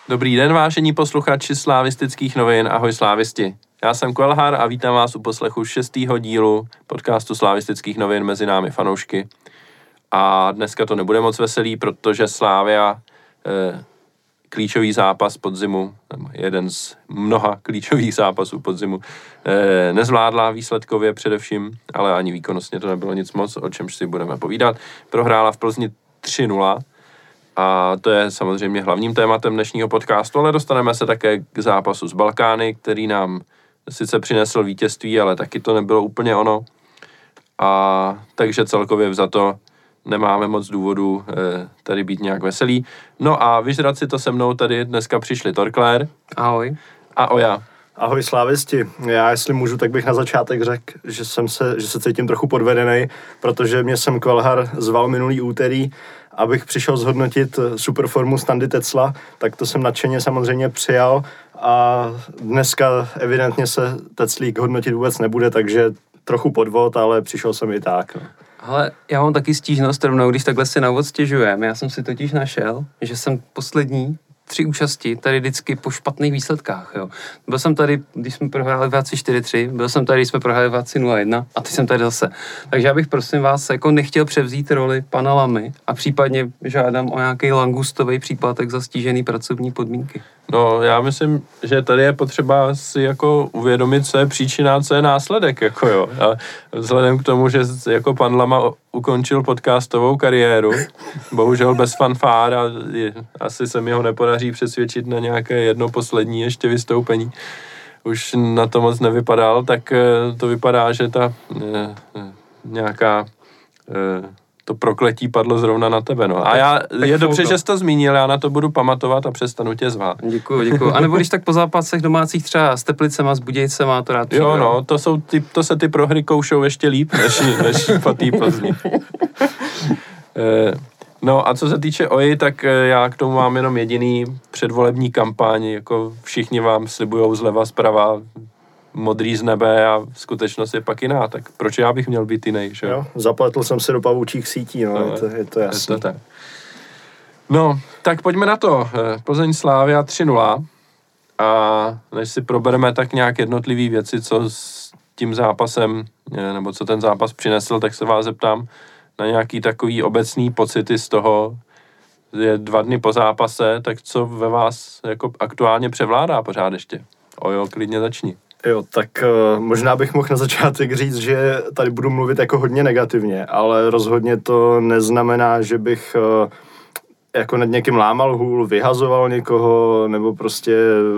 Dobrý den, vážení posluchači Slavistických novin, ahoj slávisti. Já jsem Kvelhar a vítám vás u poslechu 6. dílu podcastu Slavistických novin mezi námi fanoušky. A dneska to nebude moc veselý, protože Slavia klíčový zápas podzimu, jeden z mnoha klíčových zápasů podzimu, nezvládla výsledkově především, ale ani výkonnostně to nebylo nic moc, o čemž si budeme povídat. Prohrála v Plzni 3-0 a to je samozřejmě hlavním tématem dnešního podcastu, ale dostaneme se také k zápasu s Balkány, který nám sice přinesl vítězství, ale taky to nebylo úplně ono. A takže celkově vzato nemáme moc důvodů tady být nějak veselý. No a vyžrat si to se mnou tady dneska přišli Torkler. Ahoj. A Oja. Ahoj slávisti. Já jestli můžu, tak bych na začátek řekl, že se cítím trochu podvedený, protože mě jsem Kvelhar zval minulý úterý, abych přišel zhodnotit superformu Standy Tecla, tak to jsem nadšeně samozřejmě přijal a dneska evidentně se Teclík hodnotit vůbec nebude, takže trochu podvod, ale přišel jsem i tak. Ale já mám taky stížnost rovnou, když takhle si na úvod stěžujeme. Já jsem si totiž našel, že jsem poslední 3 účasti tady vždycky po špatných výsledkách, jo. Byl jsem tady, když jsme prohráli v 4-3, byl jsem tady, když jsme prohráli v 0-1 a teď jsem tady zase. Takže já bych prosím vás jako nechtěl převzít roli pana Lamy a případně žádám o nějaký langustový příplatek za stížený pracovní podmínky. No, já myslím, že tady je potřeba si jako uvědomit, co je příčina, co je následek, jako jo. A vzhledem k tomu, že jako pan Lama ukončil podcastovou kariéru, bohužel bez fanfár a asi se mi ho nepodaří přesvědčit na nějaké jedno poslední ještě vystoupení. Už na to moc nevypadal, tak to vypadá, že ta nějaká to prokletí padlo zrovna na tebe, no. A je dobře, že jsi to zmínil, já na to budu pamatovat a přestanu tě zvát. Děkuju. A nebo když tak po zápasech domácích třeba s Teplicema, s Budějcema, to rád přijde. Jo, no, to se ty prohry koušou ještě líp, než po té Plzni. No a co se týče Oji, tak já k tomu mám jenom jediný předvolební kampaň, jako všichni vám slibujou zleva, zprava, modrý z nebe a skutečnost je pak jiná, tak proč já bych měl být jiný, že jo? Zapletl jsem se do pavoučích sítí, no, je to jasné. No, tak pojďme na to. Plzeň Slavia 3-0 a než si probereme tak nějak jednotlivý věci, co s tím zápasem, nebo co ten zápas přinesl, tak se vás zeptám na nějaký takový obecný pocity z toho, je 2 dny po zápase, tak co ve vás jako aktuálně převládá pořád ještě? Ojo, klidně začni. Jo, tak možná bych mohl na začátek říct, že tady budu mluvit jako hodně negativně, ale rozhodně to neznamená, že bych jako nad někým lámal hůl, vyhazoval někoho, nebo prostě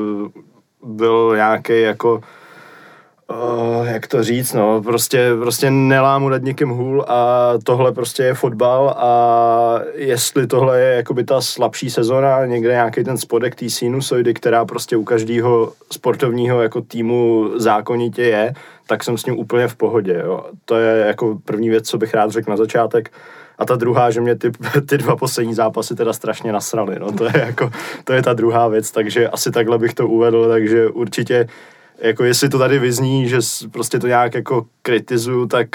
byl nějaký jako, jak to říct, no, prostě nelámu nad někým hůl a tohle prostě je fotbal a jestli tohle je jakoby ta slabší sezona, někde nějaký ten spodek té sinusoidy, která prostě u každého sportovního jako týmu zákonitě je, tak jsem s ním úplně v pohodě, jo. To je jako první věc, co bych rád řekl na začátek. A ta druhá, že mě ty 2 poslední zápasy teda strašně nasraly, no, to je ta druhá věc, takže asi takhle bych to uvedl, takže určitě jako jestli to tady vyzní, že prostě to nějak jako kritizuju, tak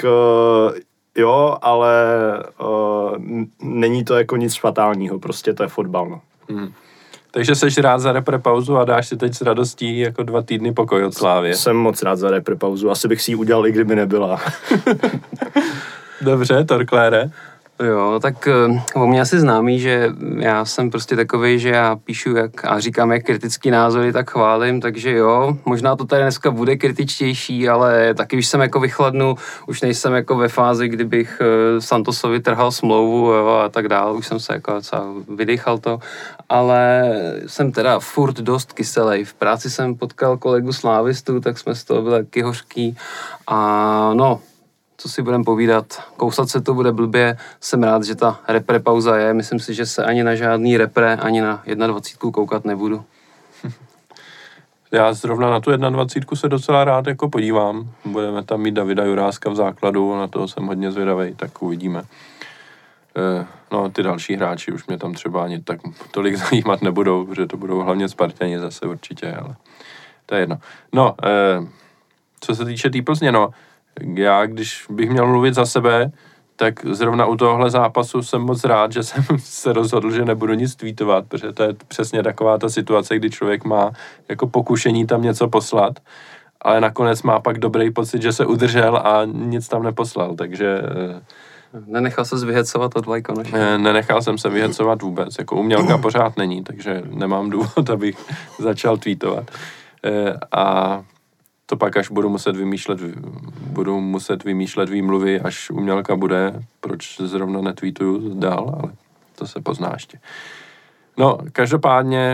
jo, ale není to jako nic fatálního, prostě to je fotbal, no. Takže seš rád za reprepauzu a dáš si teď s radostí jako 2 týdny pokoj od Slávy. Jsem moc rád za reprepauzu, asi bych si ji udělal, i kdyby nebyla. Dobře, Torklére. Jo, tak o mě asi známý, že já jsem prostě takovej, že já píšu a říkám jak kritický názory, tak chválím, takže jo, možná to tady dneska bude kritičtější, ale taky už jsem jako vychladnu, už nejsem jako ve fázi, kdybych Santosovi trhal smlouvu, jo, a tak dál, už jsem se jako vydechal to, ale jsem teda furt dost kyselej. V práci jsem potkal kolegu slávistu, tak jsme z toho byli taky hořký a no, co si budeme povídat, kousat se to bude blbě, jsem rád, že ta repre pauza je, myslím si, že se ani na žádný repre, ani na 21 koukat nebudu. Já zrovna na tu 21 se docela rád jako podívám, budeme tam mít Davida Juráska v základu, na toho jsem hodně zvědavej, tak uvidíme. No, ty další hráči už mě tam třeba ani tak tolik zajímat nebudou, protože to budou hlavně Spartani zase určitě, ale to je jedno. No, co se týče té Plzně, no, já když bych měl mluvit za sebe, tak zrovna u tohohle zápasu jsem moc rád, že jsem se rozhodl, že nebudu nic tweetovat, protože to je přesně taková ta situace, kdy člověk má jako pokušení tam něco poslat, ale nakonec má pak dobrý pocit, že se udržel a nic tam neposlal, takže... Nenechal se vyhecovat od Vlajkonoše? Nenechal jsem se vyhecovat vůbec, jako umělka pořád není, takže nemám důvod, abych začal tweetovat. A to pak až budu muset vymýšlet výmluvy, až umělka bude, proč zrovna netweetuju dál, ale to se pozná ještě. No, každopádně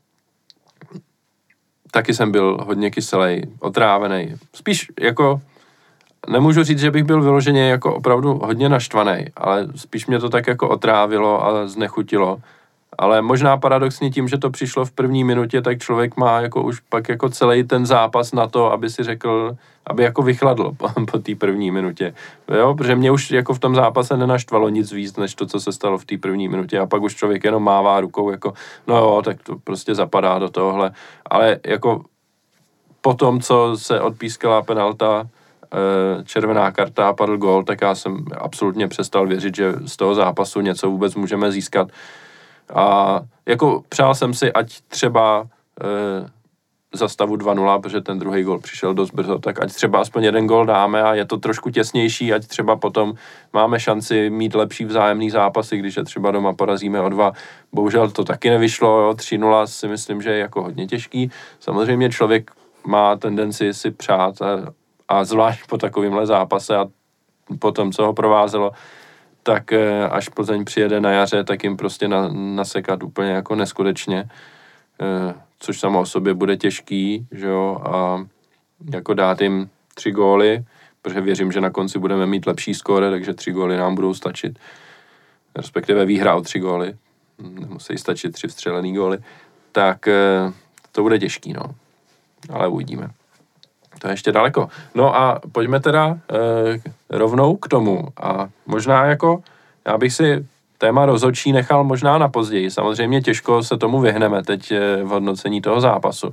taky jsem byl hodně kyselej, otrávený. Spíš jako, nemůžu říct, že bych byl vyloženě jako opravdu hodně naštvaný, ale spíš mě to tak jako otrávilo a znechutilo. Ale možná paradoxně tím, že to přišlo v první minutě, tak člověk má jako už pak jako celý ten zápas na to, aby si řekl, aby jako vychladl po té první minutě. Jo? Protože mě už jako v tom zápase nenaštvalo nic víc, než to, co se stalo v té první minutě. A pak už člověk jenom mává rukou, jako no jo, tak to prostě zapadá do tohohle. Ale jako po tom, co se odpískala penalta, červená karta a padl gól, tak já jsem absolutně přestal věřit, že z toho zápasu něco vůbec můžeme získat. A jako přál jsem si, ať třeba za stavu 2-0, protože ten druhý gól přišel dost brzo, tak ať třeba aspoň jeden gól dáme a je to trošku těsnější, ať třeba potom máme šanci mít lepší vzájemný zápasy, když je třeba doma porazíme o 2. Bohužel to taky nevyšlo, jo, 3-0 si myslím, že je jako hodně těžký. Samozřejmě člověk má tendenci si přát a zvlášť po takovémhle zápase a po tom, co ho provázelo, tak až Plzeň přijede na jaře, tak jim prostě nasekat úplně jako neskutečně, což samo o sobě bude těžký, že jo, a jako dát jim 3 góly, protože věřím, že na konci budeme mít lepší skóre, takže 3 góly nám budou stačit, respektive výhra o 3 góly, nemusí stačit 3 vstřelený góly, tak to bude těžký, no, ale uvidíme. To je ještě daleko. No a pojďme teda rovnou k tomu. A možná jako, já bych si téma rozhodčí nechal možná na později. Samozřejmě těžko se tomu vyhneme teď v hodnocení toho zápasu.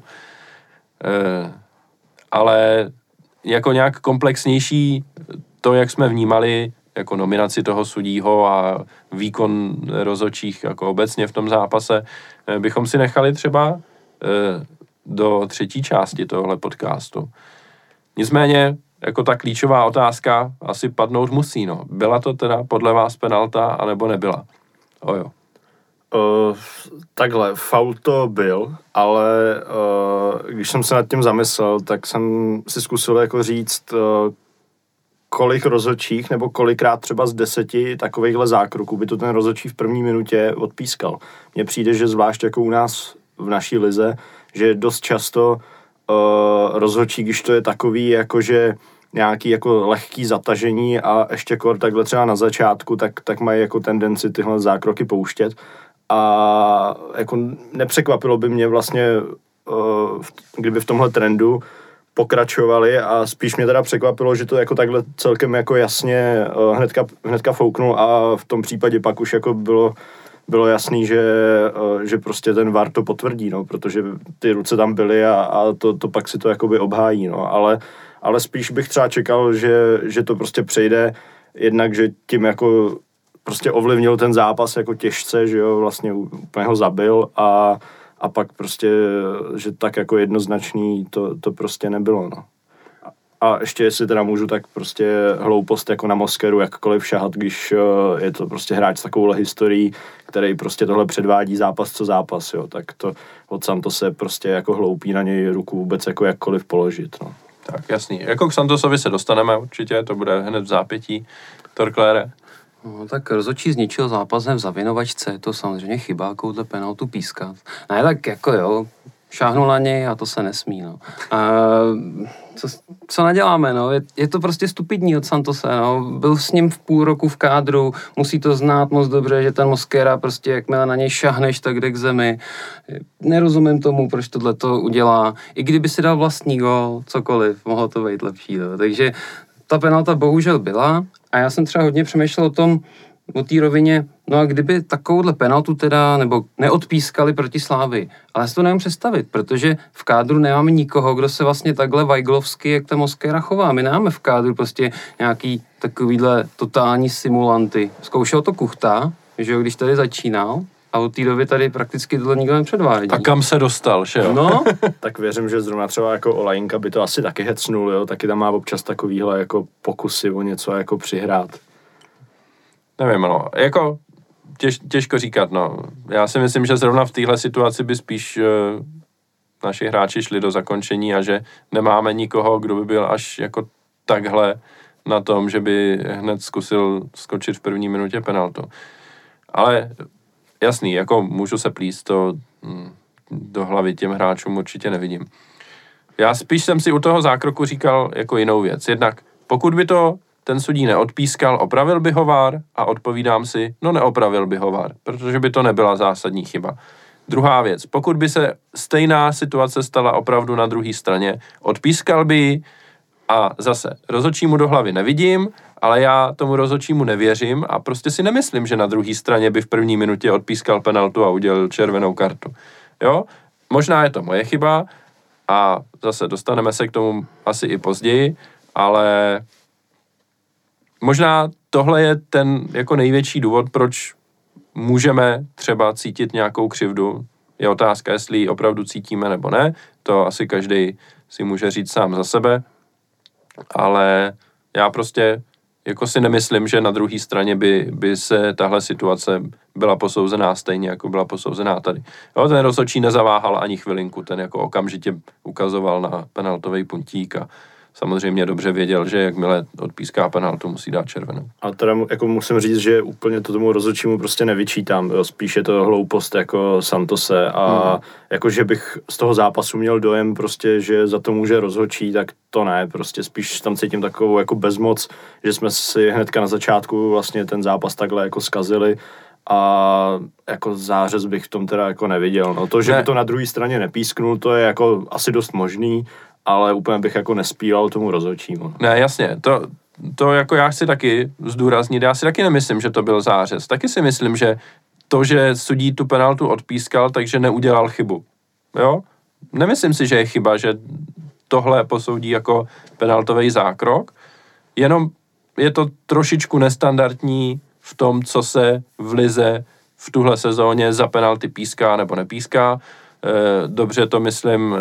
Ale jako nějak komplexnější to, jak jsme vnímali jako nominaci toho sudího a výkon rozhodčích jako obecně v tom zápase, bychom si nechali třeba do třetí části tohle podcastu. Nicméně, jako ta klíčová otázka asi padnout musí, no. Byla to teda podle vás penalta, anebo nebyla? Ojo. Takhle, faul to byl, ale když jsem se nad tím zamyslel, tak jsem si zkusil jako říct, kolik rozhodčích, nebo kolikrát třeba z 10 takovejhle zákroků by to ten rozhodčí v první minutě odpískal. Mně přijde, že zvlášť jako u nás v naší lize, že dost často rozhodčí, když to je takový, jakože nějaký jako lehký zatažení a ještě takhle třeba na začátku, tak mají jako tendenci tyhle zákroky pouštět. A jako nepřekvapilo by mě vlastně, kdyby v tomhle trendu pokračovali a spíš mě teda překvapilo, že to jako takhle celkem jako jasně hnedka fouknul a v tom případě pak už jako bylo jasný, že prostě ten VAR to potvrdí, no, protože ty ruce tam byly a to pak si to jakoby obhájí, no, ale spíš bych třeba čekal, že to prostě přejde, jednak, že tím jako prostě ovlivnil ten zápas jako těžce, že jo, vlastně úplně ho zabil a pak prostě, že tak jako jednoznačný to prostě nebylo, no. A ještě jestli teda můžu, tak prostě hloupost jako na Moskeru jakkoliv šahat, když je to prostě hráč s takovouhle historií, který prostě tohle předvádí zápas co zápas, jo, tak to od Santose prostě jako hloupý na něj ruku vůbec jako jakkoliv položit, no. Tak jasný. Jako k Santosovi se dostaneme určitě, to bude hned v zápětí. Torklére. No, tak rozhodčí zničil zápasem v zavinovačce, je to samozřejmě chyba, koudle penaltu pískat. Ne, tak jako jo, šáhnu na něj a to se nesmí, no. Co naděláme, no, je to prostě stupidní od Santose, no, byl s ním v půl roku v kádru, musí to znát moc dobře, že ten Moskera prostě, jakmile na něj šahneš, tak jde k zemi. Nerozumím tomu, proč tohle to udělá. I kdyby si dal vlastní gól, cokoliv, mohlo to být lepší, no. Takže ta penalta bohužel byla a já jsem třeba hodně přemýšlel o té rovině, no a kdyby takovouhle penaltu teda, nebo neodpískali proti Slávii, ale já si to nemůžu představit, protože v kádru nemáme nikoho, kdo se vlastně takhle vajglovsky, jak ta Moskera chová. My nemáme v kádru prostě nějaký takovýhle totální simulanty. Zkoušel to Kuchta, že jo, když tady začínal, a od té doby tady prakticky tohle nikdo nepředvádí. A kam se dostal, že jo? No, Tak věřím, že zrovna třeba jako Olajinka by to asi taky hecnul, jo, taky tam má občas takovýhle jako pokusy o něco jako přihrát. Nevím, no, jako těžko říkat, no. Já si myslím, že zrovna v téhle situaci by spíš naši hráči šli do zakončení a že nemáme nikoho, kdo by byl až jako takhle na tom, že by hned zkusil skočit v první minutě penaltu. Ale jasný, jako můžu se plíst, to do hlavy těm hráčům určitě nevidím. Já spíš jsem si u toho zákroku říkal jako jinou věc. Jednak pokud by to ten sudí neodpískal, opravil by ho VAR a odpovídám si, no neopravil by ho VAR, protože by to nebyla zásadní chyba. Druhá věc, pokud by se stejná situace stala opravdu na druhé straně, odpískal by ji a zase rozhodčímu do hlavy nevidím, ale já tomu rozhodčímu nevěřím a prostě si nemyslím, že na druhé straně by v první minutě odpískal penaltu a udělal červenou kartu. Jo? Možná je to moje chyba a zase dostaneme se k tomu asi i později, ale možná tohle je ten jako největší důvod, proč můžeme třeba cítit nějakou křivdu. Je otázka, jestli ji opravdu cítíme nebo ne, to asi každý si může říct sám za sebe, ale já prostě jako si nemyslím, že na druhé straně by se tahle situace byla posouzená stejně, jako byla posouzená tady. Jo, ten rozhodčí nezaváhal ani chvilinku, ten jako okamžitě ukazoval na penaltový puntík a samozřejmě dobře věděl, že jakmile odpíská penaltu, musí dát červenou. A teda jako musím říct, že úplně to tomu rozhodčímu prostě nevyčítám, jo. Spíš je to hloupost jako Santose a jako, že bych z toho zápasu měl dojem prostě, že za to může rozhodčí, tak to ne, prostě spíš tam cítím takovou jako bezmoc, že jsme si hnedka na začátku vlastně ten zápas takhle jako zkazili a jako zářez bych v tom teda jako neviděl. No to, že by to na druhé straně nepísknul, to je jako asi dost možný, ale úplně bych jako nespíval tomu rozhodčímu. Ne, jasně, to jako já chci taky zdůraznit, já si taky nemyslím, že to byl zářez. Taky si myslím, že to, že sudí tu penaltu odpískal, takže neudělal chybu. Jo? Nemyslím si, že je chyba, že tohle posoudí jako penaltový zákrok, jenom je to trošičku nestandardní v tom, co se v lize v tuhle sezóně za penalty píská nebo nepíská. Dobře to myslím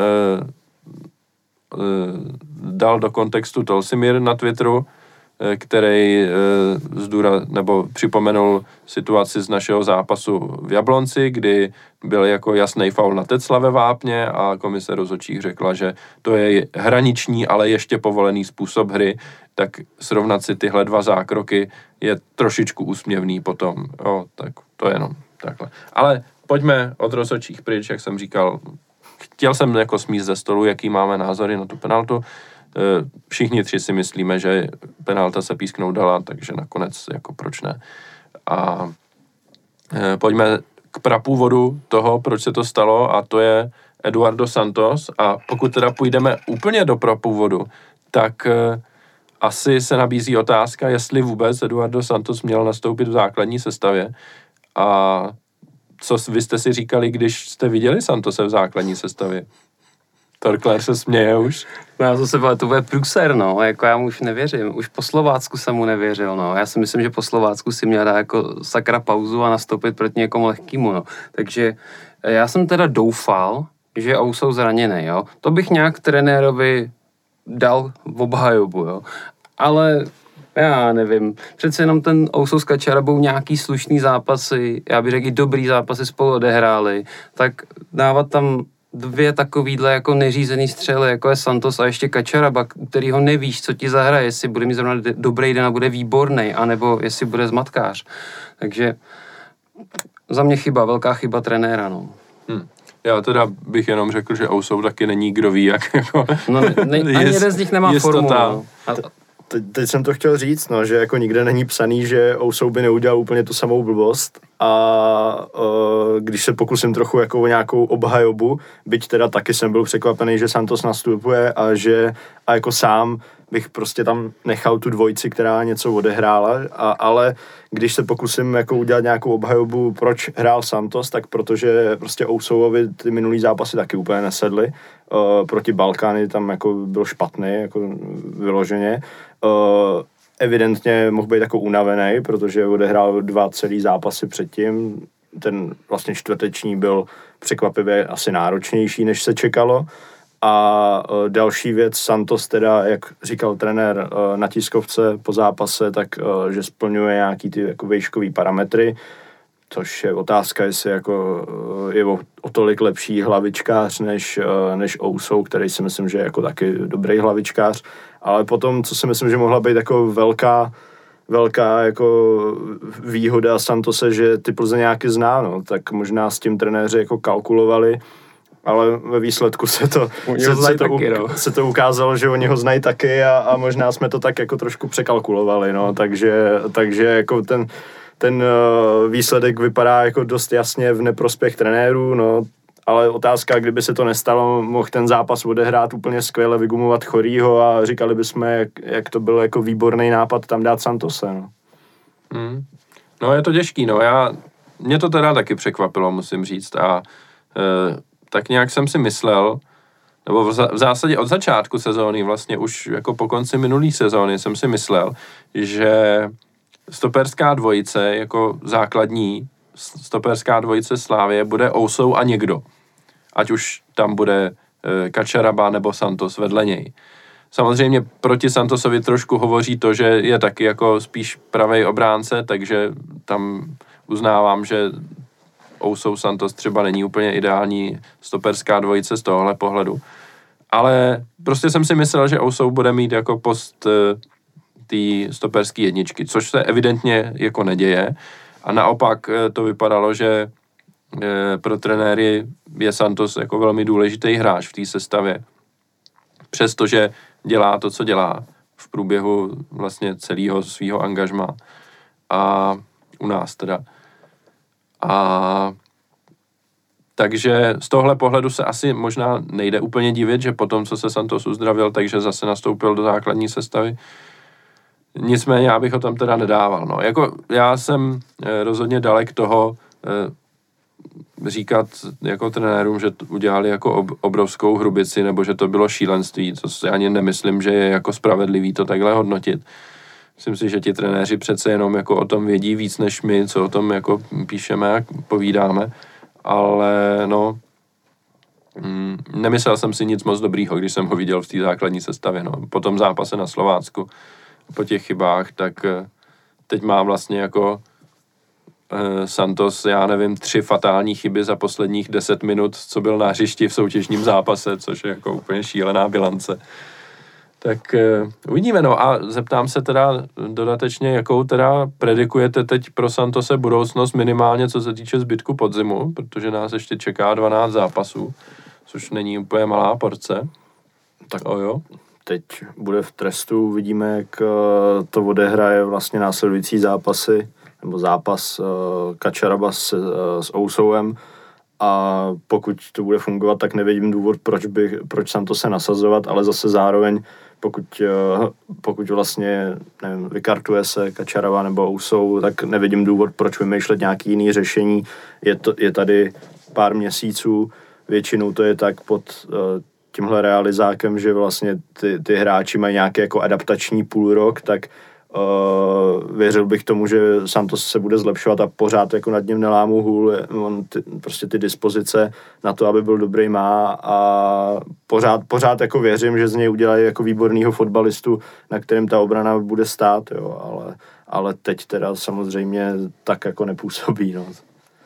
dal do kontextu Tolsimir na Twitteru, který nebo připomenul situaci z našeho zápasu v Jablonci, kdy byl jako jasný faul na Tecla ve Vápně a komise rozhodčích řekla, že to je hraniční, ale ještě povolený způsob hry, tak srovnat si tyhle dva zákroky je trošičku úsměvný potom. Jo, tak to je jenom takhle. Ale pojďme od rozhodčích pryč, jak jsem říkal. Chtěl jsem jako smíst ze stolu, jaký máme názory na tu penaltu. Všichni tři si myslíme, že penalta se písknout dala, takže nakonec jako proč ne. A pojďme k prapůvodu toho, proč se to stalo, a to je Eduardo Santos. A pokud teda půjdeme úplně do prapůvodu, tak asi se nabízí otázka, jestli vůbec Eduardo Santos měl nastoupit v základní sestavě. A co vy jste si říkali, když jste viděli Santose v základní sestavě? Torkler se směje už. No já zase to bude průser, no, jako já mu už nevěřím. Už po Slovácku jsem mu nevěřil, no. Já si myslím, že po Slovácku si měl dát jako sakra pauzu a nastoupit proti někomu lehkýmu, no. Takže já jsem teda doufal, že jsou zraněný, jo. To bych nějak trenérovi dal v obhajobu, jo. Ale já nevím, přece jenom ten Ousou s Kačarabou nějaký slušný zápasy, já bych řekl i dobrý zápasy spolu odehráli, tak dávat tam dvě takovýhle jako neřízený střely, jako je Santos a ještě Kačaraba, kterýho nevíš, co ti zahraje, jestli bude mít zrovna dobrý den a bude výborný, anebo jestli bude zmatkář. Takže za mě chyba, velká chyba trenéra, no. Já teda bych jenom řekl, že Ousou taky není kdo ví, jak jako... No ani jeden z nich nemá formu. No. Teď jsem to chtěl říct, no, že jako nikde není psaný, že Ousou by neudělal úplně tu samou blbost a když se pokusím trochu jako o nějakou obhajobu, byť teda taky jsem byl překvapený, že Santos nastupuje a jako sám bych prostě tam nechal tu dvojici, která něco odehrála, ale když se pokusím jako udělat nějakou obhajobu, proč hrál Santos, tak protože prostě Ousouovi ty minulý zápasy taky úplně nesedly. Proti Balkány tam jako byl špatný, jako vyloženě. evidentně mohl být jako unavený, protože odehrál 2 celý zápasy předtím. Ten vlastně čtvrteční byl překvapivě asi náročnější, než se čekalo. A další věc, Santos teda, jak říkal trenér na tiskovce po zápase, tak že splňuje nějaký ty jako výškový parametry, což je otázka, jestli jako je o tolik lepší hlavičkář než Ousou, který si myslím, že je jako taky dobrý hlavičkář. Ale potom, co si myslím, že mohla být jako velká jako výhoda Santose, že ty Plzeňáky zná, no, tak možná s tím trenéři jako kalkulovali, ale ve výsledku se to ukázalo, že oni ho znají taky a možná jsme to tak jako trošku překalkulovali, no, takže jako ten výsledek vypadá jako dost jasně v neprospěch trenérů, no, ale otázka, kdyby se to nestalo, mohl ten zápas odehrát úplně skvěle, vygumovat Chorýho a říkali bychom, jak to byl jako výborný nápad tam dát Santose, no. No je to těžký, no, mě to teda taky překvapilo, musím říct, a tak nějak jsem si myslel, nebo v zásadě od začátku sezóny, vlastně už jako po konci minulý sezóny jsem si myslel, že stoperská dvojice, jako základní stoperská dvojice Slávie bude Ousou a někdo. Ať už tam bude Kačaraba nebo Santos vedle něj. Samozřejmě proti Santosovi trošku hovoří to, že je taky jako spíš pravej obránce, takže tam uznávám, že Ousou Santos třeba není úplně ideální stoperská dvojice z tohohle pohledu. Ale prostě jsem si myslel, že Ousou bude mít jako post té stoperské jedničky, což se evidentně jako neděje. A naopak to vypadalo, že pro trenéry je Santos jako velmi důležitý hráč v té sestavě. Přestože dělá to, co dělá v průběhu vlastně celého svého angažma. A u nás teda. A takže z tohle pohledu se asi možná nejde úplně divit, že potom, co se Santos uzdravil, takže zase nastoupil do základní sestavy. Nicméně já bych ho tam teda nedával. No. Jako, já jsem rozhodně dalek toho říkat jako trenérům, že udělali jako obrovskou hrubici, nebo že to bylo šílenství, co si ani nemyslím, že je jako spravedlivý to takhle hodnotit. Myslím si, že ti trenéři přece jenom jako o tom vědí víc než my, co o tom jako píšeme a povídáme, ale no, nemyslel jsem si nic moc dobrýho, když jsem ho viděl v té základní sestavě. No. Po tom zápase na Slovácku, po těch chybách, tak teď má vlastně jako Santos, já nevím, 3 fatální chyby za posledních 10 minut, co byl na hřišti v soutěžním zápase, což je jako úplně šílená bilance. Tak uvidíme, no a zeptám se teda dodatečně, jakou teda predikujete teď pro Santose budoucnost minimálně, co se týče zbytku podzimu, protože nás ještě čeká 12 zápasů, což není úplně malá porce. Tak jo. Teď bude v trestu, uvidíme, jak to odehraje vlastně následující zápasy, nebo zápas Kačaraba s Ousouem, a pokud to bude fungovat, tak nevidím důvod, proč Santose nasazovat, ale zase zároveň, pokud vlastně, nevím, vykartuje se Kačaraba nebo Ousou, tak nevidím důvod, proč vymýšlet nějaký jiný řešení. Je tady pár měsíců, většinou to je tak pod tímhle realizákem, že vlastně ty hráči mají nějaký jako adaptační půlrok, tak věřil bych tomu, že Santos se bude zlepšovat a pořád jako nad ním nelámu hůl, on prostě ty dispozice na to, aby byl dobrý, má a pořád jako věřím, že z něj udělají jako výbornýho fotbalistu, na kterém ta obrana bude stát, jo, ale teď teda samozřejmě tak jako nepůsobí, no.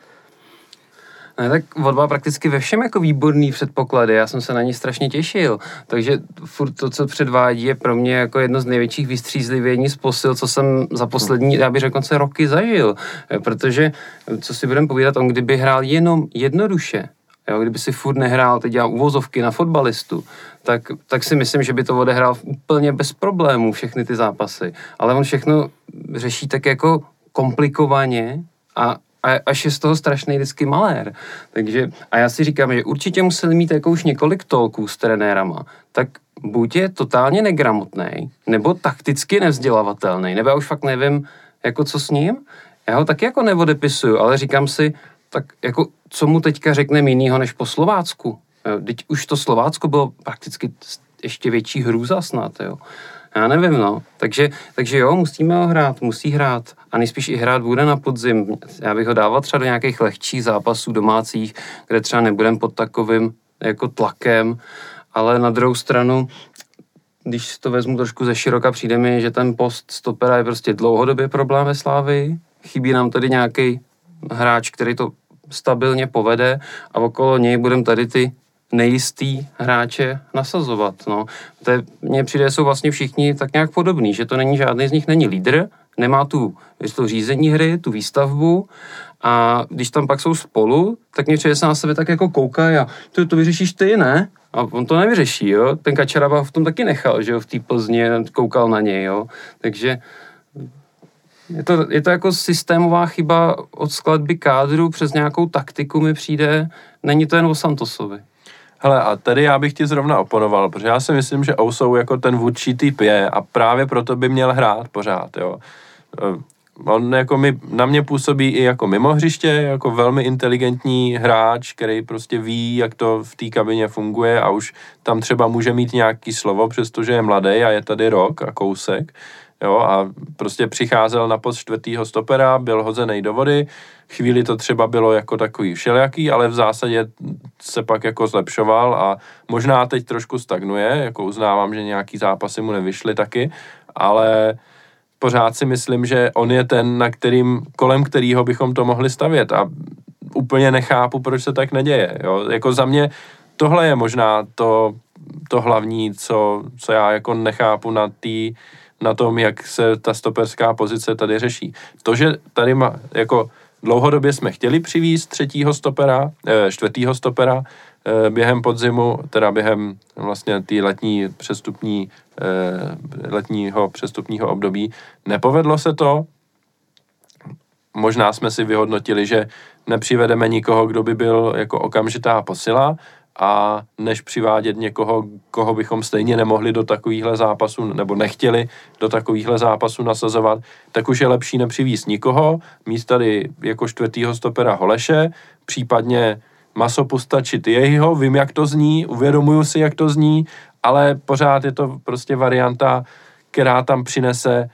Ne, tak odba prakticky ve všem jako výborný předpoklady, já jsem se na ní strašně těšil, takže furt to, co předvádí, je pro mě jako jedno z největších vystřízlivění z posil, co jsem za poslední, já bych řekl, roky zažil, protože, co si budeme povídat, on kdyby hrál jenom jednoduše, jo, kdyby si furt nehrál, teď dělal uvozovky na fotbalistu, tak si myslím, že by to odehrál úplně bez problémů všechny ty zápasy, ale on všechno řeší tak jako komplikovaně a až je z toho strašný vždycky malér. Takže, a já si říkám, že určitě museli mít jako už několik talků s trenérama, tak buď je totálně negramotnej, nebo takticky nevzdělavatelný, nebo já už fakt nevím, jako co s ním. Já ho taky jako neodepisuju, ale říkám si, tak jako co mu teďka řekneme jinýho než po Slovácku. Teď už to Slovácko bylo prakticky ještě větší hrůza snad, jo. Já nevím, no. Takže jo, musíme ho hrát, musí hrát. A nejspíš i hrát bude na podzim. Já bych ho dával třeba do nějakých lehčích zápasů domácích, kde třeba nebudem pod takovým jako tlakem, ale na druhou stranu, když to vezmu trošku ze široka, přijde mi, že ten post stopera je prostě dlouhodobě problém ve Slavii. Chybí nám tady nějaký hráč, který to stabilně povede a okolo něj budeme tady ty nejistý hráče nasazovat. No. Mně přijde, jsou vlastně všichni tak nějak podobný, že to není žádný z nich není lídr, nemá tu to řízení hry, tu výstavbu a když tam pak jsou spolu, tak mě přijde, se na sebe tak jako koukají a to vyřešíš ty, ne? A on to nevyřeší, jo? Ten Kačaraba v tom taky nechal, že jo? V té Plzně koukal na něj, jo? Takže je to jako systémová chyba od skladby kádru přes nějakou taktiku mi přijde, není to jen o Santosovi. Hele, a tady já bych ti zrovna oponoval, protože já si myslím, že Ousou jako ten vůdčí typ je a právě proto by měl hrát pořád, jo. On jako na mě působí i jako mimo hřiště, jako velmi inteligentní hráč, který prostě ví, jak to v té kabině funguje a už tam třeba může mít nějaký slovo, přestože je mladý a je tady rok a kousek, jo, a prostě přicházel na post 4. stopera, byl hozený do vody, chvíli to třeba bylo jako takový všelijaký, ale v zásadě se pak jako zlepšoval a možná teď trošku stagnuje, jako uznávám, že nějaký zápasy mu nevyšly taky, ale pořád si myslím, že on je ten, kolem kterého bychom to mohli stavět a úplně nechápu, proč se tak neděje, jo, jako za mě tohle je možná to hlavní, co já jako nechápu na tom, jak se ta stoperská pozice tady řeší. To, že tady jako dlouhodobě jsme chtěli přivést 4. stopera během podzimu, teda během vlastně té letního přestupního období. Nepovedlo se to. Možná jsme si vyhodnotili, že nepřivedeme nikoho, kdo by byl jako okamžitá posila, a než přivádět někoho, koho bychom stejně nemohli do takovýchhle zápasů, nebo nechtěli do takovýchhle zápasů nasazovat, tak už je lepší nepřivízt nikoho, mít tady jako 4. stopera Holeše, případně Masopusta či Tyjeho, vím, jak to zní, uvědomuju si, jak to zní, ale pořád je to prostě varianta, která tam přinese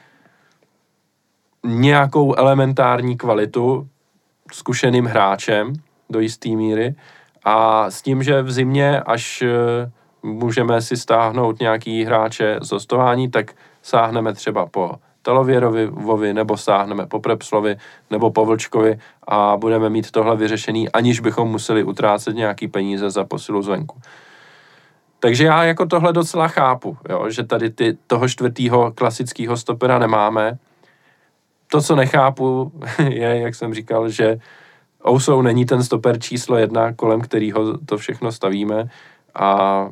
nějakou elementární kvalitu zkušeným hráčem do jisté míry, a s tím, že v zimě, až můžeme si stáhnout nějaký hráče z hostování, tak sáhneme třeba po Telověrovi, nebo sáhneme po Prepslovi, nebo po Vlčkovi a budeme mít tohle vyřešený, aniž bychom museli utrácet nějaký peníze za posilu zvenku. Takže já jako tohle docela chápu, jo, že tady toho 4. klasického stopera nemáme. To, co nechápu, je, jak jsem říkal, že Ousou není ten stoper číslo 1, kolem kterého to všechno stavíme, a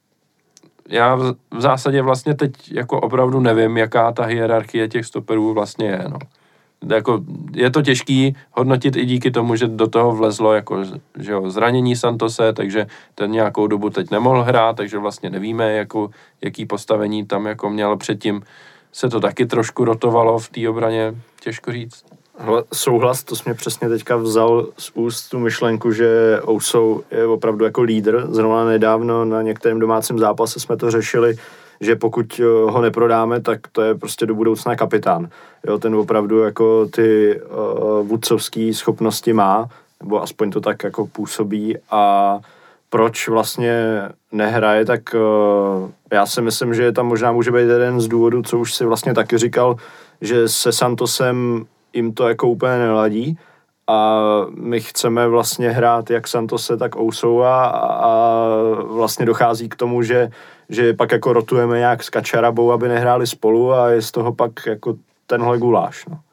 já v zásadě vlastně teď jako opravdu nevím, jaká ta hierarchie těch stoperů vlastně je, no. Jako je to těžký hodnotit i díky tomu, že do toho vlezlo jako, že jo, zranění Santose, takže ten nějakou dobu teď nemohl hrát, takže vlastně nevíme, jaký postavení tam jako měl předtím. Se to taky trošku rotovalo v té obraně, těžko říct. Souhlas, to jsi mě přesně teďka vzal z úst tu myšlenku, že Ousou je opravdu jako lídr. Zrovna nedávno na některém domácím zápase jsme to řešili, že pokud ho neprodáme, tak to je prostě do budoucna kapitán. Jo, ten opravdu jako ty vůdcovské schopnosti má, nebo aspoň to tak jako působí, a proč vlastně nehraje, tak já si myslím, že tam možná může být jeden z důvodů, co už si vlastně taky říkal, že se Santosem jim to jako úplně neladí a my chceme vlastně hrát jak Santose, tak Ousou a vlastně dochází k tomu, že pak jako rotujeme nějak s Kačarabou, aby nehráli spolu, a je z toho pak jako tenhle guláš. No.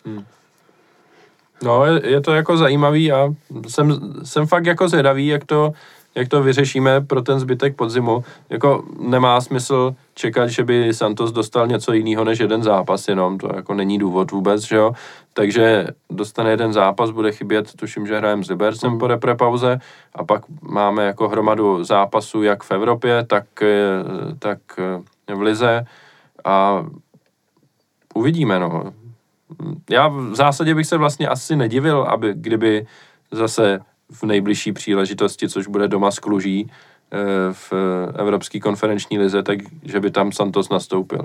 No, je to jako zajímavý a jsem fakt jako zvědavý, jak to vyřešíme pro ten zbytek podzimu. Jako nemá smysl čekat, že by Santos dostal něco jiného než jeden zápas jenom, to jako není důvod vůbec, že jo. Takže dostane jeden zápas, bude chybět, tuším, že hrajeme s Libercem po reprepauze, a pak máme jako hromadu zápasů jak v Evropě, tak v lize a uvidíme, no. Já v zásadě bych se vlastně asi nedivil, kdyby zase v nejbližší příležitosti, což bude doma s Kluží v Evropské konferenční lize, takže by tam Santos nastoupil.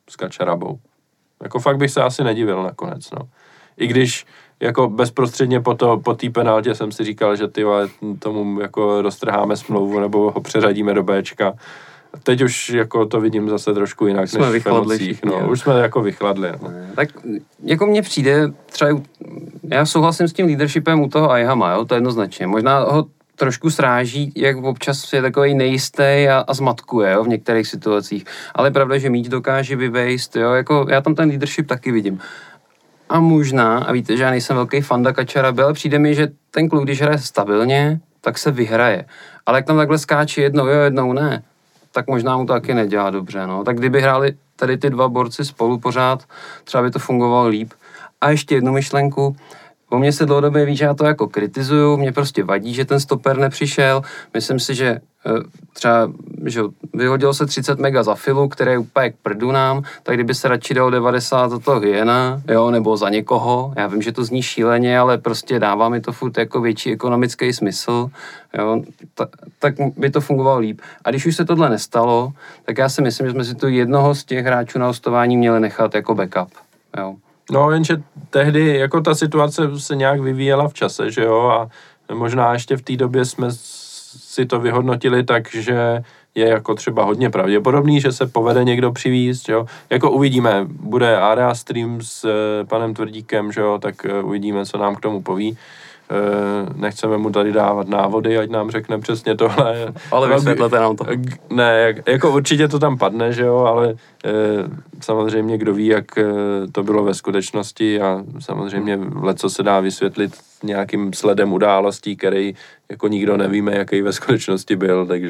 s Kačarabou. Jako fakt bych se asi nedivil nakonec, no. I když jako bezprostředně po té penaltě jsem si říkal, že tomu jako roztrháme smlouvu nebo ho přeřadíme do Bčka. Teď už jako to vidím zase trošku jinak jsme než v emocích. No, už jsme jako vychladli. No. Tak jako mně přijde, třeba já souhlasím s tím leadershipem u toho Ajhama, jo, to jednoznačně. Možná ho trošku sráží, jak občas je takovej nejistý a zmatkuje, jo, v některých situacích. Ale je pravda, že míč dokáže vyvejst, jo, jako já tam ten leadership taky vidím. A možná, a víte, že já nejsem velký fanda Kačaraby, ale přijde mi, že ten kluk, když hraje stabilně, tak se vyhraje. Ale jak tam takhle skáče jednou jo, jednou ne, tak možná mu to taky nedělá dobře, no. Tak kdyby hráli tady ty dva borci spolu pořád, třeba by to fungovalo líp. A ještě jednu myšlenku. O mě se dlouhodobě ví, že já to jako kritizuju, mě prostě vadí, že ten stoper nepřišel. Myslím si, že třeba že vyhodilo se 30 mega za Filu, který je úplně k prdu nám, tak kdyby se radši dalo 90 za toho Hyena, jo, nebo za někoho, já vím, že to zní šíleně, ale prostě dává mi to furt jako větší ekonomický smysl, jo, tak by to fungovalo líp. A když už se tohle nestalo, tak já si myslím, že jsme si tu jednoho z těch hráčů na hostování měli nechat jako backup, jo. No, jenže tehdy jako ta situace se nějak vyvíjela v čase, že jo, a možná ještě v té době jsme si to vyhodnotili tak, že je jako třeba hodně pravděpodobný, že se povede někdo přivízt, jo. Jako uvidíme, bude Area Stream s panem Tvrdíkem, že jo, tak uvidíme, co nám k tomu poví. Nechceme mu tady dávat návody, ať nám řekne přesně tohle. Ale vysvětlete nám to. Ne, jako určitě to tam padne, že jo, ale samozřejmě kdo ví, jak to bylo ve skutečnosti a samozřejmě leco se dá vysvětlit nějakým sledem událostí, který jako nikdo nevíme, jaký ve skutečnosti byl, takže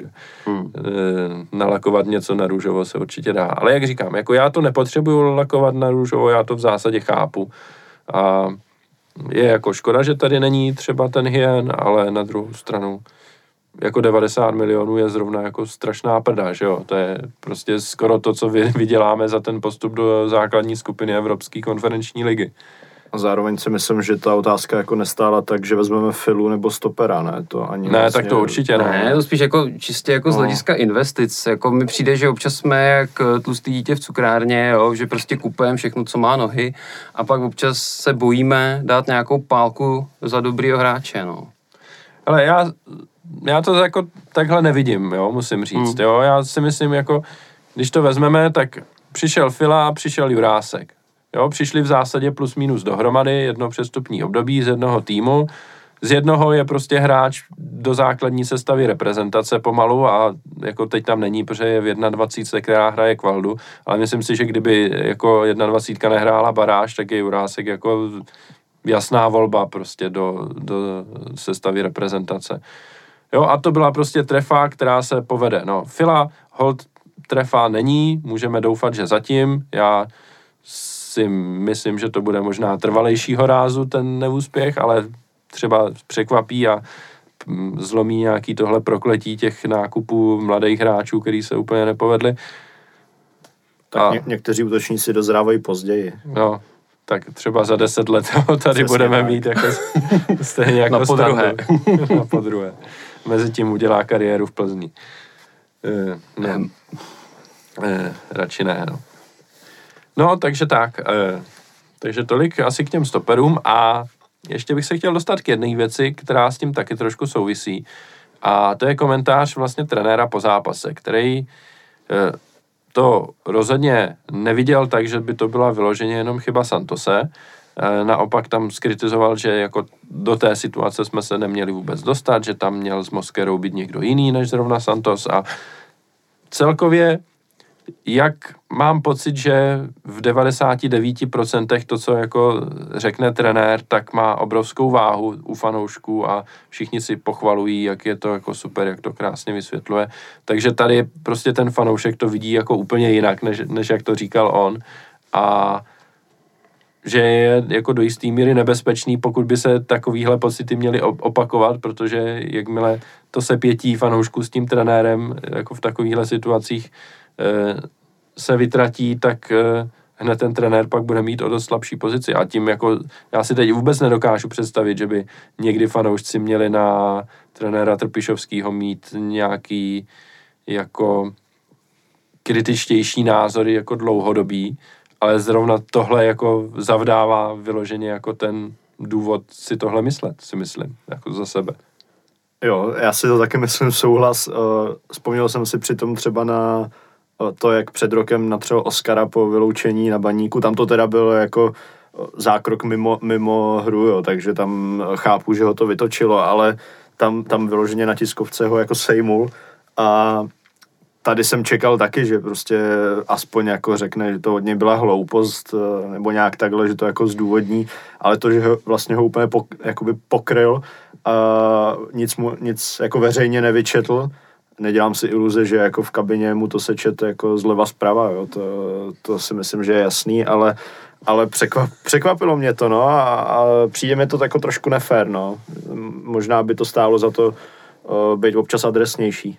nalakovat něco na růžovo se určitě dá. Ale jak říkám, jako já to nepotřebuju lakovat na růžovo, já to v zásadě chápu a je jako škoda, že tady není třeba ten Hyen, ale na druhou stranu jako 90 milionů je zrovna jako strašná prda, že jo? To je prostě skoro to, co vyděláme za ten postup do základní skupiny Evropské konferenční ligy. A zároveň si myslím, že ta otázka jako nestála tak, že vezmeme Filu nebo stopera, ne? To ani ne, vlastně... tak to určitě ne. Ne, to spíš jako čistě jako z hlediska investic. Jako mi přijde, že občas jsme jak tlustý dítě v cukrárně, jo? Že prostě kupujeme všechno, co má nohy a pak občas se bojíme dát nějakou pálku za dobrýho hráče, no. Ale já to jako takhle nevidím, jo, musím říct, jo. Já si myslím, jako, když to vezmeme, tak přišel Fila a přišel Jurásek. Jo, přišli v zásadě plus minus dohromady, jedno přestupní období z jednoho týmu. Z jednoho je prostě hráč do základní sestavy reprezentace pomalu a jako teď tam není, protože je v 21, která hraje Kvaldu, ale myslím si, že kdyby jako 21 nehrála baráž, tak je Jurásek jako jasná volba prostě do sestavy reprezentace. Jo, a to byla prostě trefa, která se povede. No, Fila hold trefa není, můžeme doufat, že zatím. Já si myslím, že to bude možná trvalejšího rázu ten neúspěch, ale třeba překvapí a zlomí nějaký tohle prokletí těch nákupů mladých hráčů, který se úplně nepovedli. Tak někteří útočníci dozrávají později. No, tak třeba za 10 let tady přesně budeme tak mít jako stejně jako na podruhé. Na podruhé. Mezitím udělá kariéru v Plzni. Radši ne, no. No, takže tak. Takže tolik asi k těm stoperům a ještě bych se chtěl dostat k jedné věci, která s tím taky trošku souvisí. A to je komentář vlastně trenéra po zápase, který to rozhodně neviděl tak, že by to byla vyloženě jenom chyba Santose. Naopak tam skritizoval, že jako do té situace jsme se neměli vůbec dostat, že tam měl s Mosquerou být někdo jiný než zrovna Santos a celkově jak mám pocit, že v 99% to, co jako řekne trenér, tak má obrovskou váhu u fanoušků a všichni si pochvalují, jak je to jako super, jak to krásně vysvětluje. Takže tady prostě ten fanoušek to vidí jako úplně jinak, než jak to říkal on. A že je jako do jistý míry nebezpečný, pokud by se takovýhle pocity měly opakovat, protože jakmile to sepětí fanoušků s tím trenérem jako v takovýchhle situacích se vytratí, tak hned ten trenér pak bude mít o dost slabší pozici. A tím jako, já si teď vůbec nedokážu představit, že by někdy fanoušci měli na trenéra Trpišovského mít nějaký jako kritičtější názory jako dlouhodobý, ale zrovna tohle jako zavdává vyloženě jako ten důvod si tohle myslet, si myslím, jako za sebe. Jo, já si to taky myslím souhlas. Vzpomněl jsem si přitom třeba na to, jak před rokem natřel Oscara po vyloučení na Baníku. Tam to teda bylo jako zákrok mimo hru, jo, takže tam chápu, že ho to vytočilo, ale tam vyloženě na tiskovce ho jako sejmul a tady jsem čekal taky, že prostě aspoň jako řekne, že to od něj byla hloupost nebo nějak takhle, že to jako zdůvodní, ale to, že vlastně ho úplně jakoby pokryl a nic jako veřejně nevyčetl, nedělám si iluze, že jako v kabině mu to sečete jako zleva zprava, jo, to si myslím, že je jasný, ale překvapilo mě to, no, a přijde mi to jako trošku nefér, no. Možná by to stálo za to být občas adresnější.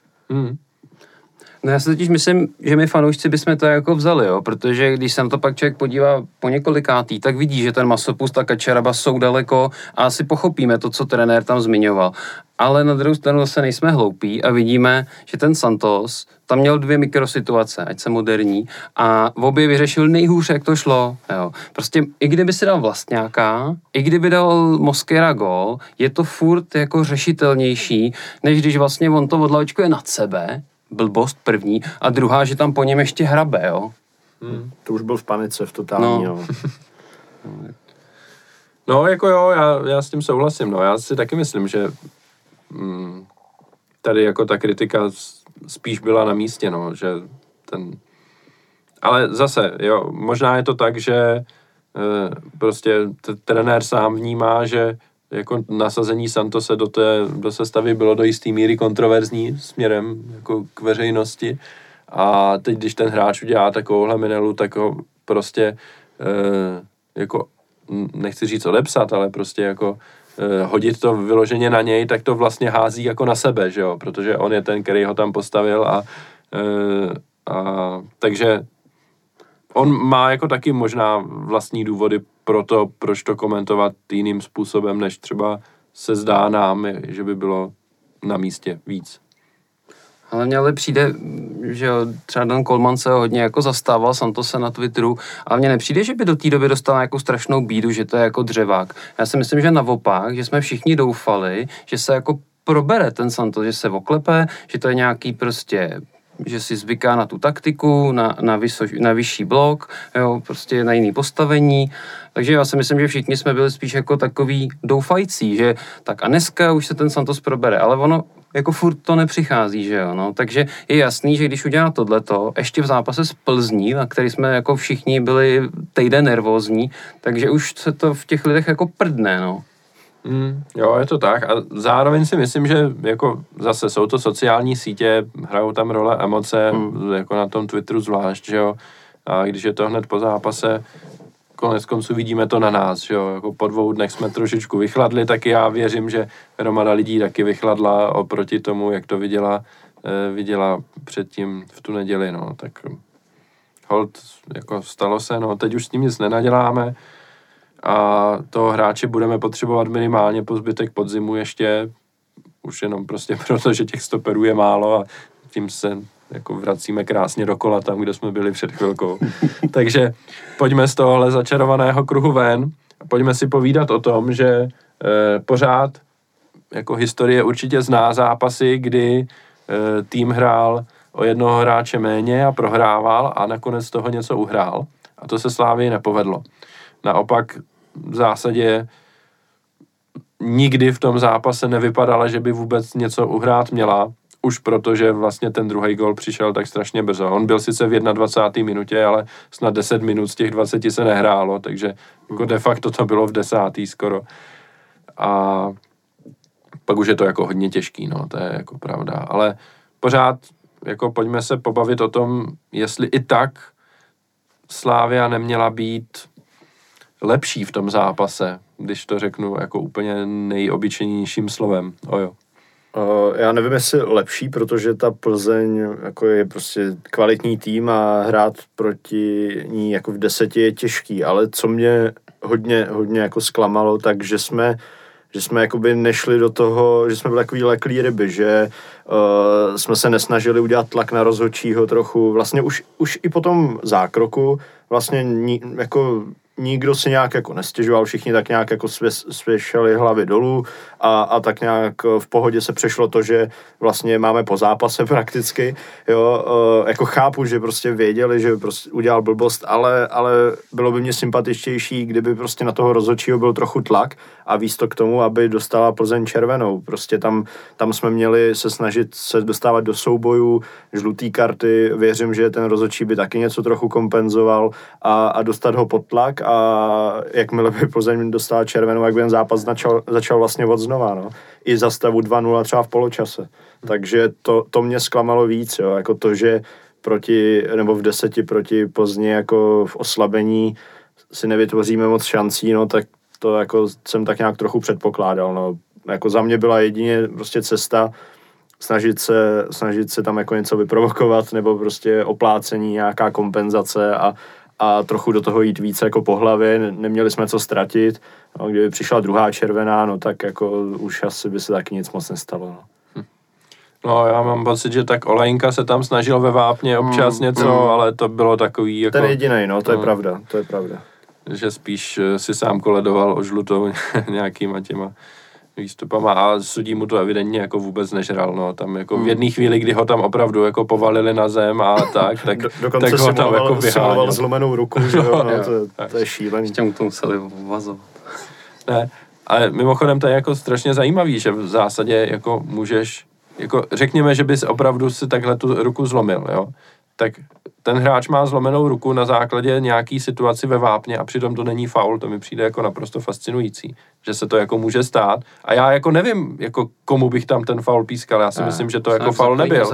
No já si totiž myslím, že my fanoušci bychom to jako vzali, jo, protože když se na to pak člověk podívá po několikátý, tak vidí, že ten Masopust a Kačaraba jsou daleko a asi pochopíme to, co trenér tam zmiňoval. Ale na druhou stranu zase nejsme hloupí a vidíme, že ten Santos tam měl 2 mikrosituace, ať se moderní, a v obě vyřešil nejhůř, jak to šlo. Jo. Prostě i kdyby si dal Vlastňáka, i kdyby dal Mosquera gól, je to furt jako řešitelnější, než když vlastně on to odlačkuje nad sebe, blbost první, a druhá, že tam po něm ještě hrabe, jo. To už byl v panice, v totální, no. No, jako jo, já s tím souhlasím, no. Já si taky myslím, že tady jako ta kritika spíš byla na místě, no, že ale zase, jo, možná je to tak, že prostě trenér sám vnímá, že jako nasazení Santose do sestavy bylo do jistý míry kontroverzní směrem jako k veřejnosti a teď, když ten hráč udělá takovouhle minelu, tak ho prostě jako, nechci říct odepsat, ale prostě jako hodit to vyloženě na něj, tak to vlastně hází jako na sebe, že jo, protože on je ten, který ho tam postavil a takže on má jako taky možná vlastní důvody pro to, proč to komentovat jiným způsobem, než třeba se zdá nám, že by bylo na místě víc. Ale mně ale přijde, že jo, třeba Dan Coleman se hodně jako zastával Santose na Twitteru, ale mně nepřijde, že by do té doby dostal nějakou strašnou bídu, že to je jako dřevák. Já si myslím, že naopak, že jsme všichni doufali, že se jako probere ten Santos, že se oklepe, že to je nějaký prostě, že si zvyká na tu taktiku, na vyšší blok, jo, prostě na jiný postavení. Takže já si myslím, že všichni jsme byli spíš jako takový doufající, že tak a dneska už se ten Santos probere, ale ono jako furt to nepřichází, že jo, no. Takže je jasný, že když udělá tohleto, ještě v zápase s Plzní, na který jsme jako všichni byli týden nervózní, takže už se to v těch lidech jako prdne, no. Jo, je to tak a zároveň si myslím, že jako zase jsou to sociální sítě, hrajou tam role emoce, jako na tom Twitteru zvlášť, že jo, a když je to hned po zápase, konec konců vidíme to na nás, že jo, jako po 2 dnech jsme trošičku vychladli, taky já věřím, že hromada lidí taky vychladla oproti tomu, jak to viděla předtím v tu neděli, no, tak hold, jako stalo se, no, teď už s tím nic nenaděláme, a toho hráče budeme potřebovat minimálně po zbytek podzimu ještě, už jenom prostě proto, že těch stoperů je málo a tím se jako vracíme krásně dokola tam, kde jsme byli před chvilkou. Takže pojďme z tohohle začarovaného kruhu ven a pojďme si povídat o tom, že pořád jako historie určitě zná zápasy, kdy tým hrál o jednoho hráče méně a prohrával a nakonec toho něco uhrál. A to se Slávii nepovedlo. Naopak v zásadě nikdy v tom zápase nevypadala, že by vůbec něco uhrát měla, už protože vlastně ten druhý gól přišel tak strašně brzo. On byl sice v 21. minutě, ale snad 10 minut z těch 20 se nehrálo, takže jako de facto to bylo v 10. skoro. A pak už je to jako hodně těžký, no, to je jako pravda. Ale pořád jako pojďme se pobavit o tom, jestli i tak Slavia neměla být lepší v tom zápase, když to řeknu jako úplně nejobyčejnějším slovem. Ojo. Já nevím, jestli lepší, protože ta Plzeň jako je prostě kvalitní tým a hrát proti ní jako v 10 je těžký, ale co mě hodně jako zklamalo, takže jsme že jsme jakoby nešli do toho, že jsme byli takový leklý ryby, že jsme se nesnažili udělat tlak na rozhodčího trochu, vlastně už i po tom zákroku vlastně jako nikdo si nějak jako nestěžoval, všichni tak nějak jako svěšali hlavy dolů a tak nějak v pohodě se přešlo to, že vlastně máme po zápase prakticky, jo, jako chápu, že prostě věděli, že prostě udělal blbost, ale bylo by mě sympatičtější, kdyby prostě na toho rozhodčího byl trochu tlak a víc to k tomu, aby dostala Plzeň červenou, prostě tam jsme měli se snažit se dostávat do soubojů, žlutý karty, věřím, že ten rozhodčí by taky něco trochu kompenzoval a dostat ho pod tlak a jakmile by Plzeň dostala červenou, jak by ten zápas začal vlastně od znova, no. I za stavu 2-0 třeba v poločase. Takže to mě zklamalo víc, jo, jako to, že v 10 proti Plzni jako v oslabení si nevytvoříme moc šancí, no, tak to jako jsem tak nějak trochu předpokládal, no. Jako za mě byla jedině prostě cesta snažit se tam jako něco vyprovokovat, nebo prostě oplácení, nějaká kompenzace a trochu do toho jít více jako po hlavě, neměli jsme co ztratit, no, kdyby přišla druhá červená, no tak jako už asi by se taky nic moc nestalo, no. No, já mám pocit, že tak Olejnka se tam snažil ve vápně občas něco, ale to bylo takový jako... Ten jedinej, no, to je pravda. Že spíš si sám koledoval o žlutou nějakýma těma výstupama a sudí mu to evidentně jako vůbec nežral, no, tam jako v jedné chvíli, kdy ho tam opravdu jako povalili na zem a tak dokonce tak ho tam jako vyháněl. zlomenou ruku, že jo, no, to je šílený. Ještě mu to museli vazovat. Ne, ale mimochodem to je jako strašně zajímavý, že v zásadě jako můžeš, jako řekněme, že bys opravdu si takhle tu ruku zlomil, jo, tak ten hráč má zlomenou ruku na základě nějaký situaci ve vápně a přitom to není faul, to mi přijde jako naprosto fascinující, že se to jako může stát a já jako nevím, jako komu bych tam ten faul pískal, já si myslím, že to jako faul nebyl.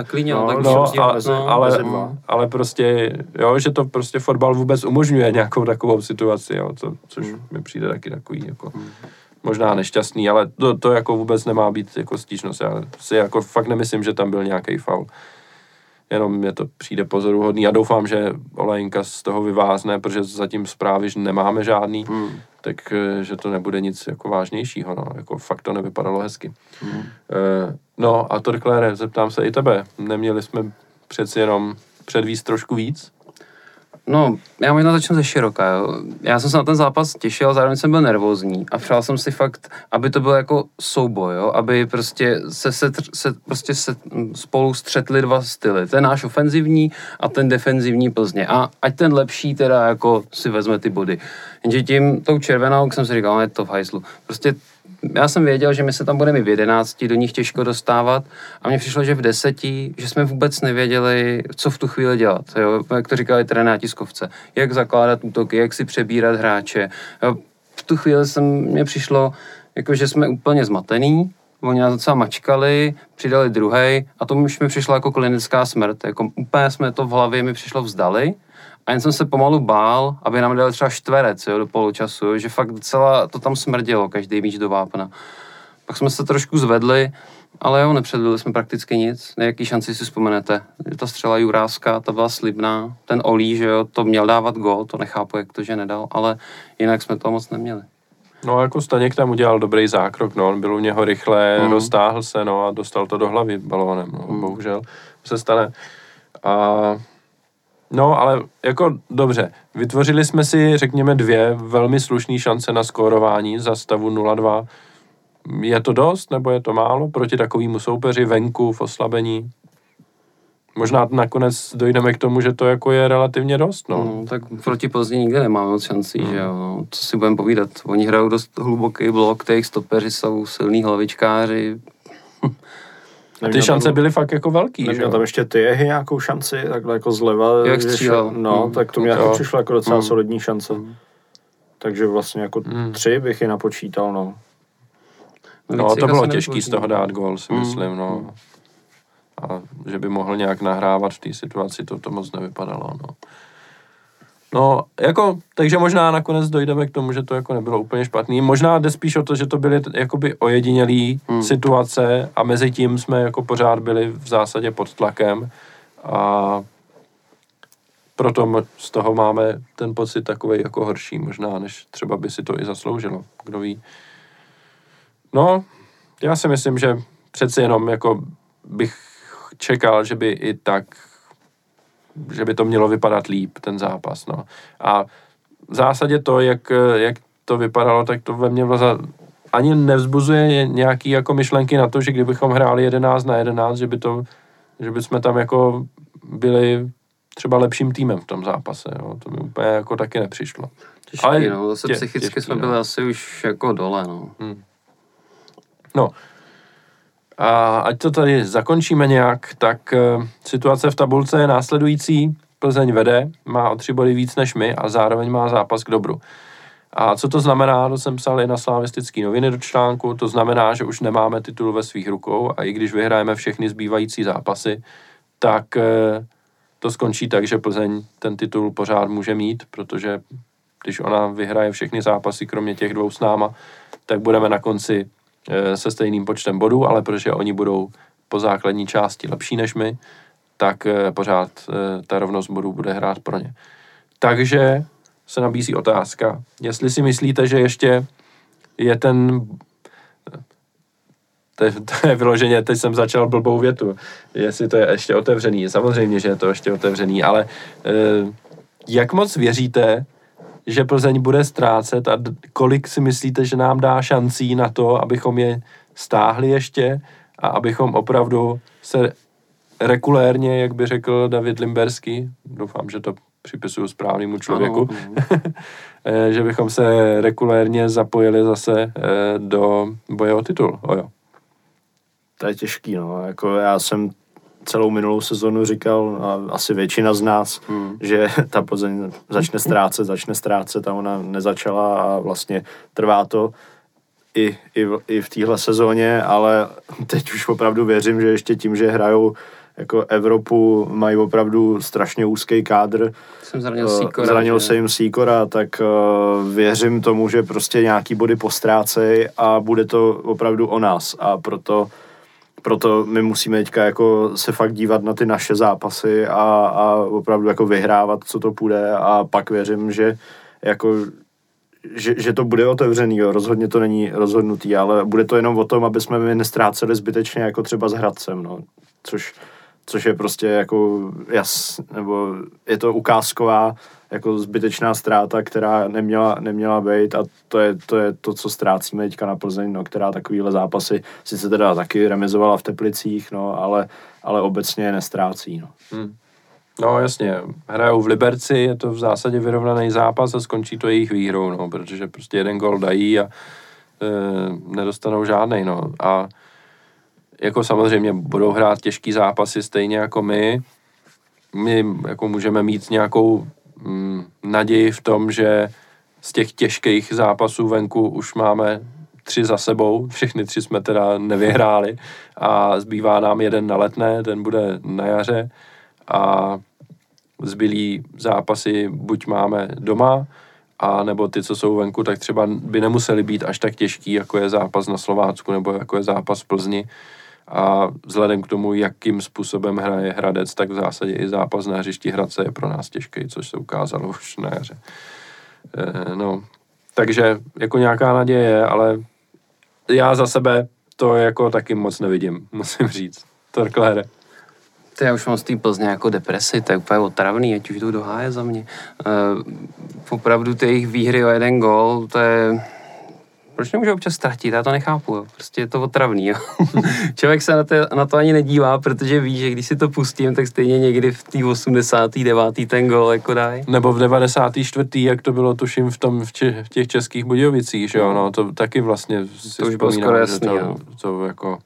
Ale prostě, jo, že to prostě fotbal vůbec umožňuje nějakou takovou situaci, jo, což mi přijde taky takový jako možná nešťastný, ale to jako vůbec nemá být jako stížnost, já si jako fakt nemyslím, že tam byl nějaký faul. Jenom mě to přijde pozoruhodný a doufám, že Olejnka z toho vyvázne, protože zatím zprávy, že nemáme žádný, takže to nebude nic jako vážnějšího, no, jako fakt to nevypadalo hezky. No a Torklére, zeptám se i tebe, neměli jsme přeci jenom předvíst trošku víc? No, já možná začnu ze široka, jo. Já jsem se na ten zápas těšil, zároveň jsem byl nervózní a přál jsem si fakt, aby to byl jako souboj, jo, aby prostě se spolu střetli dva styly, ten náš ofenzivní a ten defenzivní Plzně a ať ten lepší teda jako si vezme ty body. Jenže tím tou červenou, jak jsem si říkal, je to v hajzlu. Prostě já jsem věděl, že my se tam budeme v 11, do nich těžko dostávat a mně přišlo, že v 10, že jsme vůbec nevěděli, co v tu chvíli dělat, jo? Jak to říkali trenéři na tiskovce, jak zakládat útoky, jak si přebírat hráče. Jo? V tu chvíli mně přišlo, jako, že jsme úplně zmatený, oni nás docela mačkali, přidali druhej a to už mi přišlo jako klinická smrt, jako úplně jsme to v hlavě mi přišlo vzdali. A jen jsem se pomalu bál, aby nám dali třeba čtverec, jo, do poločasu, jo, že fakt docela to tam smrdělo, každý míč do vápna. Pak jsme se trošku zvedli, ale jo, nepředvedli jsme prakticky nic. Nejaký šanci si vzpomenete. Ta střela Juráska, ta byla slibná. Ten Olí, že jo, to měl dávat gól, to nechápu, jak to, že nedal, ale jinak jsme to moc neměli. No jako Staněk tam udělal dobrý zákrok, no, on byl u něho rychle, roztáhl se, no a dostal to do hlavy balónem, no, bohužel se stane. No, ale jako dobře, vytvořili jsme si, řekněme, 2 velmi slušné šance na skórování za stavu 0-2. Je to dost, nebo je to málo proti takovému soupeři venku v oslabení? Možná nakonec dojdeme k tomu, že to jako je relativně dost, no. No tak proti Plzni nikdy nemáme moc šancí, že jo, no. Co si budeme povídat, oni hrajou dost hluboký blok, těch stopeři jsou silní hlavičkáři. A ty šance byly fakt jako velký, že jo? Tam ještě ty Jehy nějakou šanci, takhle jako zleva. Jak střílel. No, tak to mě jako přišlo jako docela solidní šance. Takže vlastně jako 3 bych je napočítal, no. No, to bylo těžký z toho dát gól, si myslím, no. A že by mohl nějak nahrávat v té situaci, to moc nevypadalo, no. No, jako, takže možná nakonec dojdeme k tomu, že to jako nebylo úplně špatný. Možná jde spíš o to, že to byly jakoby ojedinělý situace a mezi tím jsme jako pořád byli v zásadě pod tlakem a proto z toho máme ten pocit takovej jako horší možná, než třeba by si to i zasloužilo, kdo ví. No, já si myslím, že přeci jenom jako bych čekal, že by i tak, že by to mělo vypadat líp, ten zápas, no. A v zásadě to, jak to vypadalo, tak to ve mně ani nevzbuzuje nějaký jako myšlenky na to, že kdybychom hráli 11-11, že bychom tam jako byli třeba lepším týmem v tom zápase, jo. To mi úplně jako taky nepřišlo. Těžký, ale no, zase psychicky jsme byli asi už jako dole, no. No, a ať to tady zakončíme nějak, tak situace v tabulce je následující. Plzeň vede, má o 3 body víc než my a zároveň má zápas k dobru. A co to znamená, to jsem psal i na Slavistický noviny do článku, to znamená, že už nemáme titul ve svých rukou a i když vyhrajeme všechny zbývající zápasy, tak to skončí tak, že Plzeň ten titul pořád může mít, protože když ona vyhraje všechny zápasy, kromě těch 2 s náma, tak budeme na konci se stejným počtem bodů, ale protože oni budou po základní části lepší než my, tak pořád ta rovnost bodů bude hrát pro ně. Takže se nabízí otázka, jestli si myslíte, že ještě je to je vyloženě, teď jsem začal blbou větu, jestli to je ještě otevřený. Samozřejmě, že je to ještě otevřený, ale jak moc věříte, že Plzeň bude ztrácet a kolik si myslíte, že nám dá šancí na to, abychom je stáhli ještě a abychom opravdu se regulérně, jak by řekl David Limberský, doufám, že to připisuju správnému člověku, že bychom se regulérně zapojili zase do boje o titul. Ojo. To je těžký, no. Jako já jsem celou minulou sezonu říkal, a asi většina z nás, že ta Plzeň začne ztrácet a ona nezačala a vlastně trvá to i v téhle sezóně, ale teď už opravdu věřím, že ještě tím, že hrajou jako Evropu, mají opravdu strašně úzký kádr. Zranil se jim Sýkora, tak věřím tomu, že prostě nějaký body postrácej a bude to opravdu o nás a proto my musíme teďka jako se fakt dívat na ty naše zápasy a opravdu jako vyhrávat, co to půjde a pak věřím, že jako že to bude otevřený, jo. Rozhodně to není rozhodnutý, ale bude to jenom o tom, aby jsme my nestráceli zbytečně jako třeba s Hradcem, no. Což je prostě jako nebo je to ukázková jako zbytečná ztráta, která neměla být a to je to, co ztrácíme teďka na Plzeň, no, která takovýhle zápasy sice teda taky remizovala v Teplicích, no, ale obecně je nestrácí, no. No jasně, hrajou v Liberci, je to v zásadě vyrovnaný zápas a skončí to jejich výhrou, no, protože prostě 1 gól dají a nedostanou žádnej, no. A jako samozřejmě budou hrát těžký zápasy stejně jako my. My jako můžeme mít nějakou naději v tom, že z těch těžkých zápasů venku už máme 3 za sebou, všechny 3 jsme teda nevyhráli a zbývá nám 1 na Letné, ten bude na jaře a zbylý zápasy buď máme doma, a nebo ty, co jsou venku, tak třeba by nemuseli být až tak těžký, jako je zápas na Slovácku nebo jako je zápas v Plzni. A vzhledem k tomu, jakým způsobem hraje Hradec, tak v zásadě i zápas na hřišti Hradce je pro nás těžký, což se ukázalo už na jaře. No, takže jako nějaká naděje je, ale já za sebe to jako taky moc nevidím, musím říct. Torklére. Já už mám z té Plzně jako depresi, to je úplně otravný, ať už jdou do háje za mě. Opravdu ty jejich výhry o 1 gól, to je... Proč nemůže občas ztratit? Já to nechápu, jo. Prostě je to otravný, jo. Člověk se na to ani nedívá, protože ví, že když si to pustím, tak stejně někdy v té 89. ten gól jako dají. Nebo v 94. jak to bylo, tuším, v těch Českých Budějovicích, že jo, no, to taky vlastně si to už bylo skoro jasný, to jako...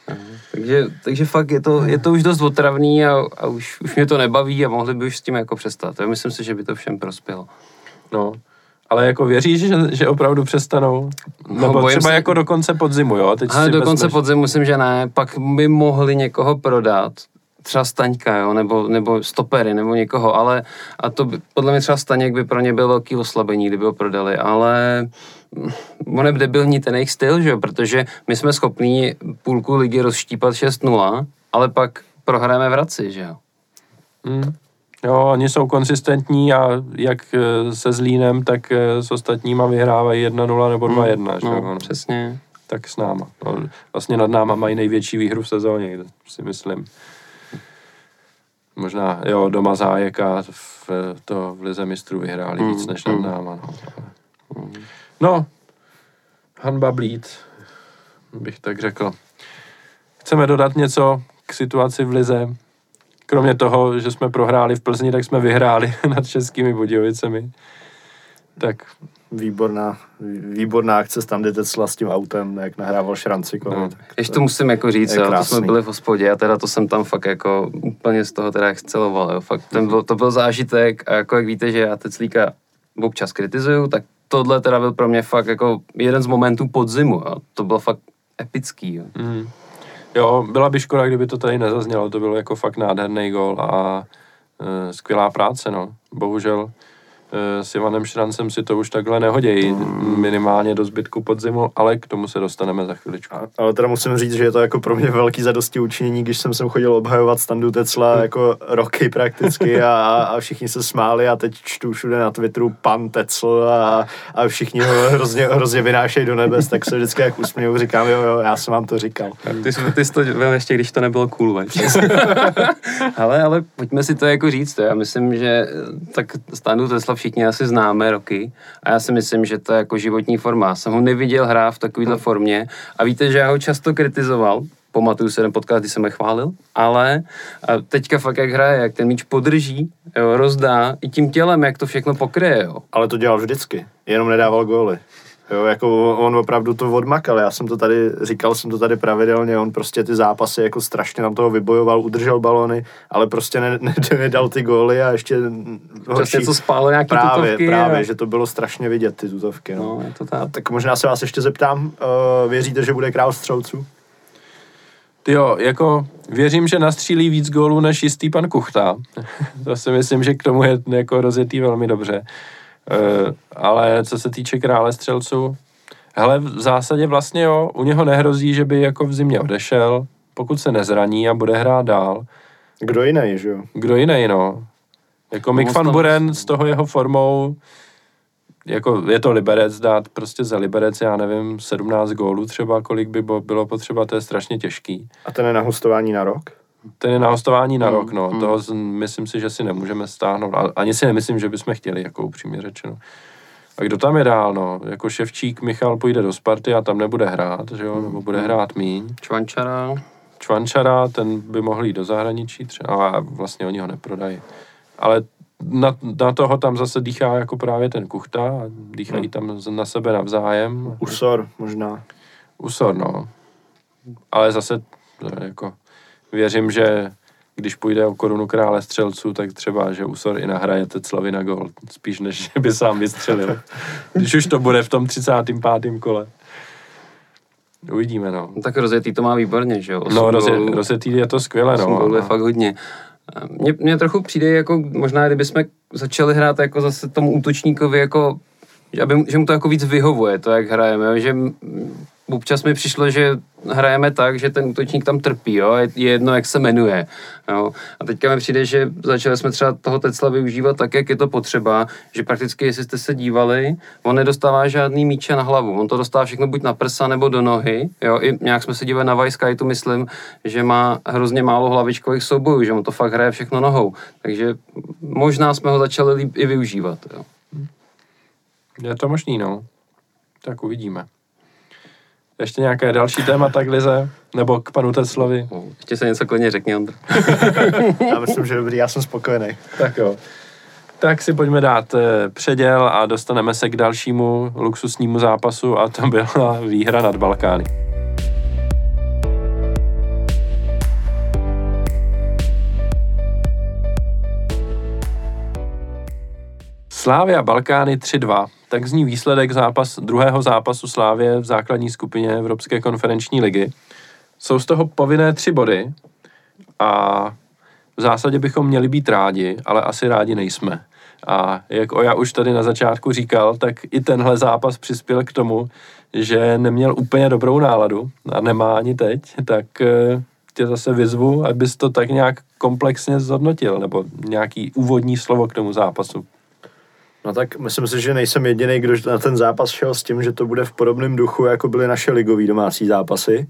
Takže fakt je to už dost otravný a už mě to nebaví a mohli by už s tím jako přestat. Já myslím si, že by to všem prospělo. No, ale jako věříš, že opravdu přestanou? Nebo třeba jako do konce podzimu, jo? Ale do konce podzimu myslím, že ne. Pak by mohli někoho prodat. Třeba Staňka, jo? Nebo stopery, nebo někoho, ale a to by, podle mě třeba Staněk by pro ně bylo velký oslabení, kdyby ho prodali, ale on je debilní ten jejich styl, že jo? Protože my jsme schopní půlku ligy rozštípat 6-0, ale pak prohrajeme v Hradci, že jo? Jo, oni jsou konsistentní a jak se Zlínem, tak s ostatníma vyhrávají 1-0 nebo 2-1. No, přesně. tak s náma. No, vlastně nad náma mají největší výhru v sezóně, si myslím. Možná, jo, doma Zájek a v Lize mistrů vyhráli víc než nad náma. No, hanba blít, bych tak řekl. Chceme dodat něco k situaci v Lize? Kromě toho, že jsme prohráli v Plzni, tak jsme vyhráli nad Českými Budějovicemi. Tak výborná akce Standy Tecla s tím autem, jak nahrával Šrancikovi. No, ještě to musím jako říct, jo, to jsme byli v hospodě a teda to jsem tam fakt jako úplně z toho teda exceloval, jo, fakt to byl zážitek a jako jak víte, že já Teclíka občas kritizuju, tak tohle teda byl pro mě fakt jako jeden z momentů podzimu, jo, to bylo fakt epický, jo. Jo, byla by škoda, kdyby to tady nezaznělo, to bylo jako fakt nádherný gól a skvělá práce, no, bohužel. S Ivanem Šrancem si to už takhle nehodějí, minimálně do zbytku podzimu, ale k tomu se dostaneme za chviličku. Ale teda musím říct, že je to jako pro mě velký zadosti učinění, když jsem sem chodil obhajovat Standu Tecla jako roky prakticky a všichni se smáli a teď čtu všude na Twitteru pan Tecl a všichni ho hrozně vynášejí do nebes, tak se vždycky jak usměju, říkám, jo, já jsem vám to říkal. Ty jsi to byl ještě, když to nebylo cool, veď. ale pojďme si to jako říct, já myslím, že tak Standu Tecla všichni asi známe roky a já si myslím, že to je jako životní forma. Jsem ho neviděl hrát v takovéhle formě a víte, že já ho často kritizoval, pamatuju si ten podcast, kdy jsem je chválil, ale teďka fakt jak hraje, jak ten míč podrží, jo, rozdá i tím tělem, jak to všechno pokryje. Jo. Ale to dělal vždycky, jenom nedával góly. Jo, jako on opravdu to odmakal, říkal jsem to tady pravidelně, on prostě ty zápasy jako strašně nám toho vybojoval, udržel balony, ale prostě nedal ty góly a ještě horší. Něco spálo nějaký tutovky. Právě, že to bylo strašně vidět, ty tutovky. No, je to tak. Tak možná se vás ještě zeptám, věříte, že bude král střelců? Tyjo, jako věřím, že nastřílí víc gólů než jistý pan Kuchta. To si myslím, že k tomu je jako rozjetý velmi dobře. Ale co se týče krále střelců, hele, v zásadě vlastně jo, u něho nehrozí, že by jako v zimě odešel, pokud se nezraní a bude hrát dál. Kdo jiný, že jo? Kdo jiný, no. Jako Mick van Buren s toho jeho formou, jako je to Liberec, dát prostě za Liberec, já nevím, 17 gólů třeba, kolik by bylo potřeba, to je strašně těžký. A ten je na hostování na rok? Ten je na hostování na rok, no. Toho myslím si, že si nemůžeme stáhnout. Ani si nemyslím, že bychom chtěli, jako upřímně řečeno. A kdo tam je dál, no? Jako Ševčík, Michal půjde do Sparty a tam nebude hrát, že jo? Nebo bude hrát míň. Čvančara, ten by mohl jít do zahraničí třeba, a vlastně oni ho neprodají. Ale na toho tam zase dýchá jako právě ten Kuchta a dýchají tam na sebe navzájem. Usor možná. Usor, no. Ale zase jako věřím, že když půjde o korunu krále střelců, tak třeba, že Usor i nahraje Teclovi na gól. Spíš, než že by sám vystřelil. Když už to bude v tom 35. kole. Uvidíme, no. Tak rozjetý to má výborně, že jo? No, rozjetý je to skvěle, no. 8 gólů je fakt hodně. Mně trochu přijde, jako možná, kdybychom začali hrát jako zase tomu útočníkovi, jako, že mu to jako víc vyhovuje, to, jak hrajeme, že občas mi přišlo, že hrajeme tak, že ten útočník tam trpí, jo? Je jedno, jak se jmenuje. Jo? A teďka mi přijde, že začali jsme třeba toho Tecla využívat tak, jak je to potřeba, že prakticky, jestli jste se dívali, on nedostává žádný míče na hlavu, on to dostává všechno buď na prsa nebo do nohy, jo? I nějak jsme se dívali na Vajskajtu, myslím, že má hrozně málo hlavičkových soubojů, že on to fakt hraje všechno nohou, takže možná jsme ho začali i využívat. Jo? Je to možný, no. Tak uvidíme. Ještě nějaké další témata k lize? Nebo k panu Teclovi? Ještě se něco klidně řekni, Ondro. Já myslím, že dobrý, já jsem spokojený. Tak jo. Tak si pojďme dát předěl a dostaneme se k dalšímu luxusnímu zápasu a to byla výhra nad Balkány. Slavia Balkány 3-2. Tak zní výsledek druhého zápasu Slavie v základní skupině Evropské konferenční ligy. Jsou z toho povinné 3 body a v zásadě bychom měli být rádi, ale asi rádi nejsme. A jak Oja už tady na začátku říkal, tak i tenhle zápas přispěl k tomu, že neměl úplně dobrou náladu a nemá ani teď, tak tě zase vyzvu, abys to tak nějak komplexně zhodnotil, nebo nějaký úvodní slovo k tomu zápasu. No tak myslím si, že nejsem jediný, kdo na ten zápas šel s tím, že to bude v podobném duchu, jako byly naše ligový domácí zápasy.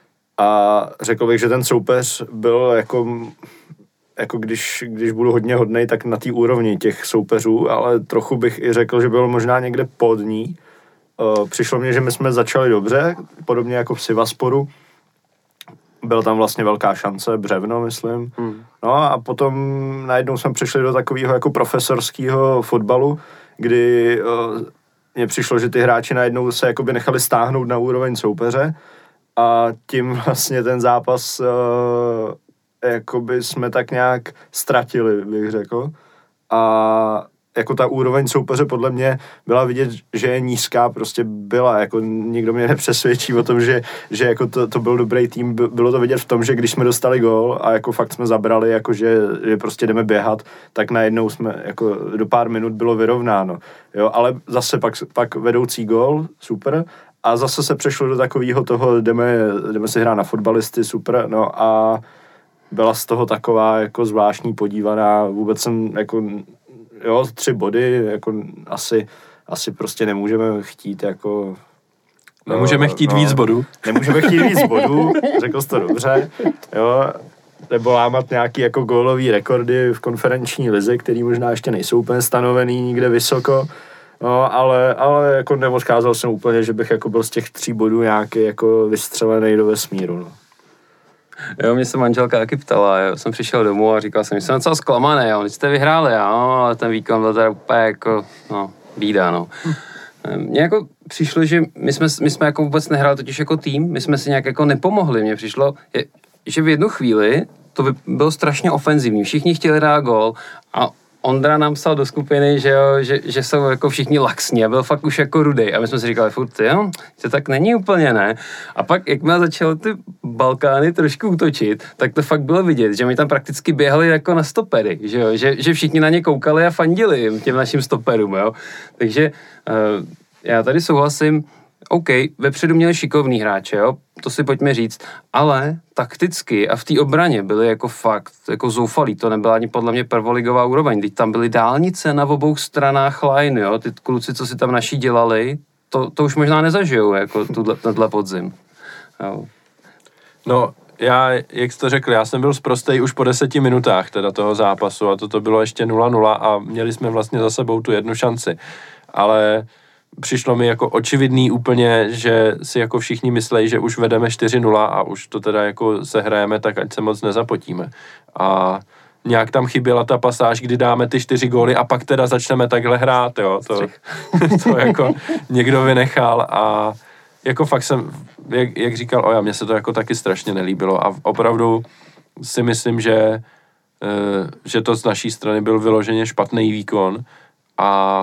A řekl bych, že ten soupeř byl jako když budu hodně hodnej, tak na té úrovni těch soupeřů, ale trochu bych i řekl, že byl možná někde pod ní. Přišlo mně, že my jsme začali dobře, podobně jako v Sivasporu. Byla tam vlastně velká šance, Břevno, myslím. No a potom najednou jsme přišli do takového jako profesorského fotbalu, kdy mně přišlo, že ty hráči najednou se jakoby nechali stáhnout na úroveň soupeře a tím vlastně ten zápas jakoby jsme tak nějak ztratili, bych řekl. A jako ta úroveň soupeře podle mě byla vidět, že je nízká, prostě byla, jako nikdo mě nepřesvědčí o tom, že jako to byl dobrý tým, bylo to vidět v tom, že když jsme dostali gól a jako fakt jsme zabrali, jako že prostě jdeme běhat, tak najednou jsme, jako do pár minut bylo vyrovnáno, jo, ale zase pak vedoucí gól, super, a zase se přešlo do takového toho, jdeme si hrát na fotbalisty, super, no a byla z toho taková jako zvláštní podívaná, vůbec jsem jako, jo, 3 body, jako asi prostě nemůžeme chtít jako... Nemůžeme chtít víc bodů. Nemůžeme chtít víc bodů, řekl jsi to dobře, jo, nebo lámat nějaký jako gólový rekordy v konferenční lize, který možná ještě nejsou úplně stanovený nikde vysoko, no, ale jako neodcházel jsem úplně, že bych jako byl z těch 3 bodů nějaký jako vystřelený do vesmíru, no. Jo, mě se manželka taky ptala, jo. Jsem přišel domů a říkal jsem docela zklamaný, jo, když jste vyhráli, jo, ale ten výkon byl teda úplně jako, no, bída, no. Mně jako přišlo, že my jsme jako vůbec nehráli totiž jako tým, my jsme si nějak jako nepomohli, mně přišlo, že v jednu chvíli to bylo strašně ofenzivní, všichni chtěli dát gól a Ondra nám psal do skupiny, že jo, že jsou jako všichni laxní a byl fakt už jako rudej. A my jsme si říkali, furt, jo, to tak není úplně, ne? A pak, jak mě začalo ty Balkány trošku útočit, tak to fakt bylo vidět, že my tam prakticky běhali jako na stopery, že jo, že všichni na ně koukali a fandili jim, těm našim stoperům, jo. Takže já tady souhlasím, OK, vepředu měli šikovný hráče, jo, to si pojďme říct, ale takticky a v té obraně byly jako fakt, jako zoufalí, to nebyla ani podle mě prvoligová úroveň, teď tam byly dálnice na obou stranách line, jo, ty kluci, co si tam naši dělali, to už možná nezažijou, jako tenhle podzim, jo. No, jak jsi to řekl, já jsem byl sprostej už po 10 minutách teda toho zápasu a toto bylo ještě 0-0 a měli jsme vlastně za sebou tu jednu šanci, ale přišlo mi jako očividný úplně, že si jako všichni myslejí, že už vedeme 4-0 a už to teda jako sehrajeme, tak ať se moc nezapotíme. A nějak tam chyběla ta pasáž, kdy dáme ty 4 góly a pak teda začneme takhle hrát, jo. To jako někdo vynechal a jako fakt jsem, jak říkal Oja, mně se to jako taky strašně nelíbilo a opravdu si myslím, že to z naší strany byl vyloženě špatný výkon a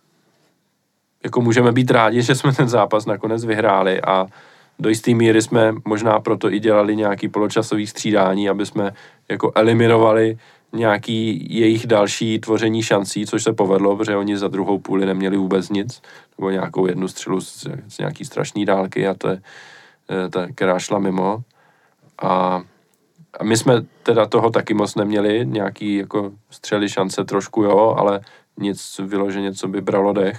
jako můžeme být rádi, že jsme ten zápas nakonec vyhráli a do jisté míry jsme možná proto i dělali nějaký poločasový střídání, aby jsme jako eliminovali nějaký jejich další tvoření šancí, což se povedlo, protože oni za druhou půli neměli vůbec nic, nebo nějakou jednu střelu z nějaký strašný dálky a to je ta, která šla mimo. A my jsme teda toho taky moc neměli, nějaký jako střely šance trošku, jo, ale nic vyloženě, co by bralo dech.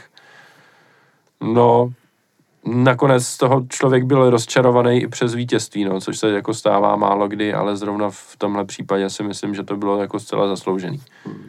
No, nakonec z toho člověk byl rozčarovaný i přes vítězství, no, což se jako stává málo kdy, ale zrovna v tomhle případě si myslím, že to bylo jako zcela zasloužený.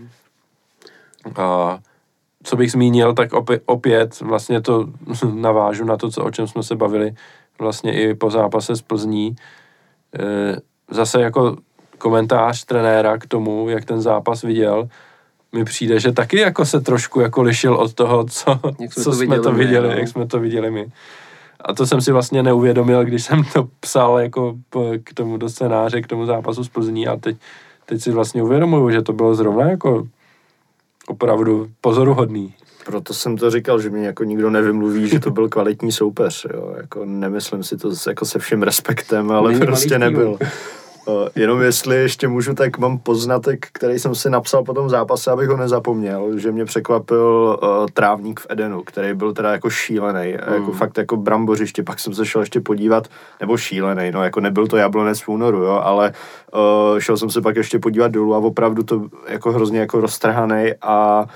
A co bych zmínil, tak opět vlastně to navážu na to, o čem jsme se bavili vlastně i po zápase z Plzní. Zase jako komentář trenéra k tomu, jak ten zápas viděl, mi přijde, že taky jako se trošku jako lišil od toho, co jsme to viděli, jak jsme to viděli my. A to jsem si vlastně neuvědomil, když jsem to psal jako k tomu do scénáře, k tomu zápasu z Plzní a teď si vlastně uvědomuju, že to bylo zrovna jako opravdu pozoruhodný. Proto jsem to říkal, že mě jako nikdo nevymluví, že to byl kvalitní soupeř, jo. Jako nemyslím si to jako se vším respektem, ale prostě nebyl. Jenom jestli ještě můžu, tak mám poznatek, který jsem si napsal po tom zápase, abych ho nezapomněl, že mě překvapil trávník v Edenu, který byl teda jako šílený, jako fakt jako brambořiště, pak jsem se šel ještě podívat, nebo šílený, no jako nebyl to Jablonec v únoru, jo, ale šel jsem se pak ještě podívat dolů a opravdu to jako hrozně jako roztrhaný a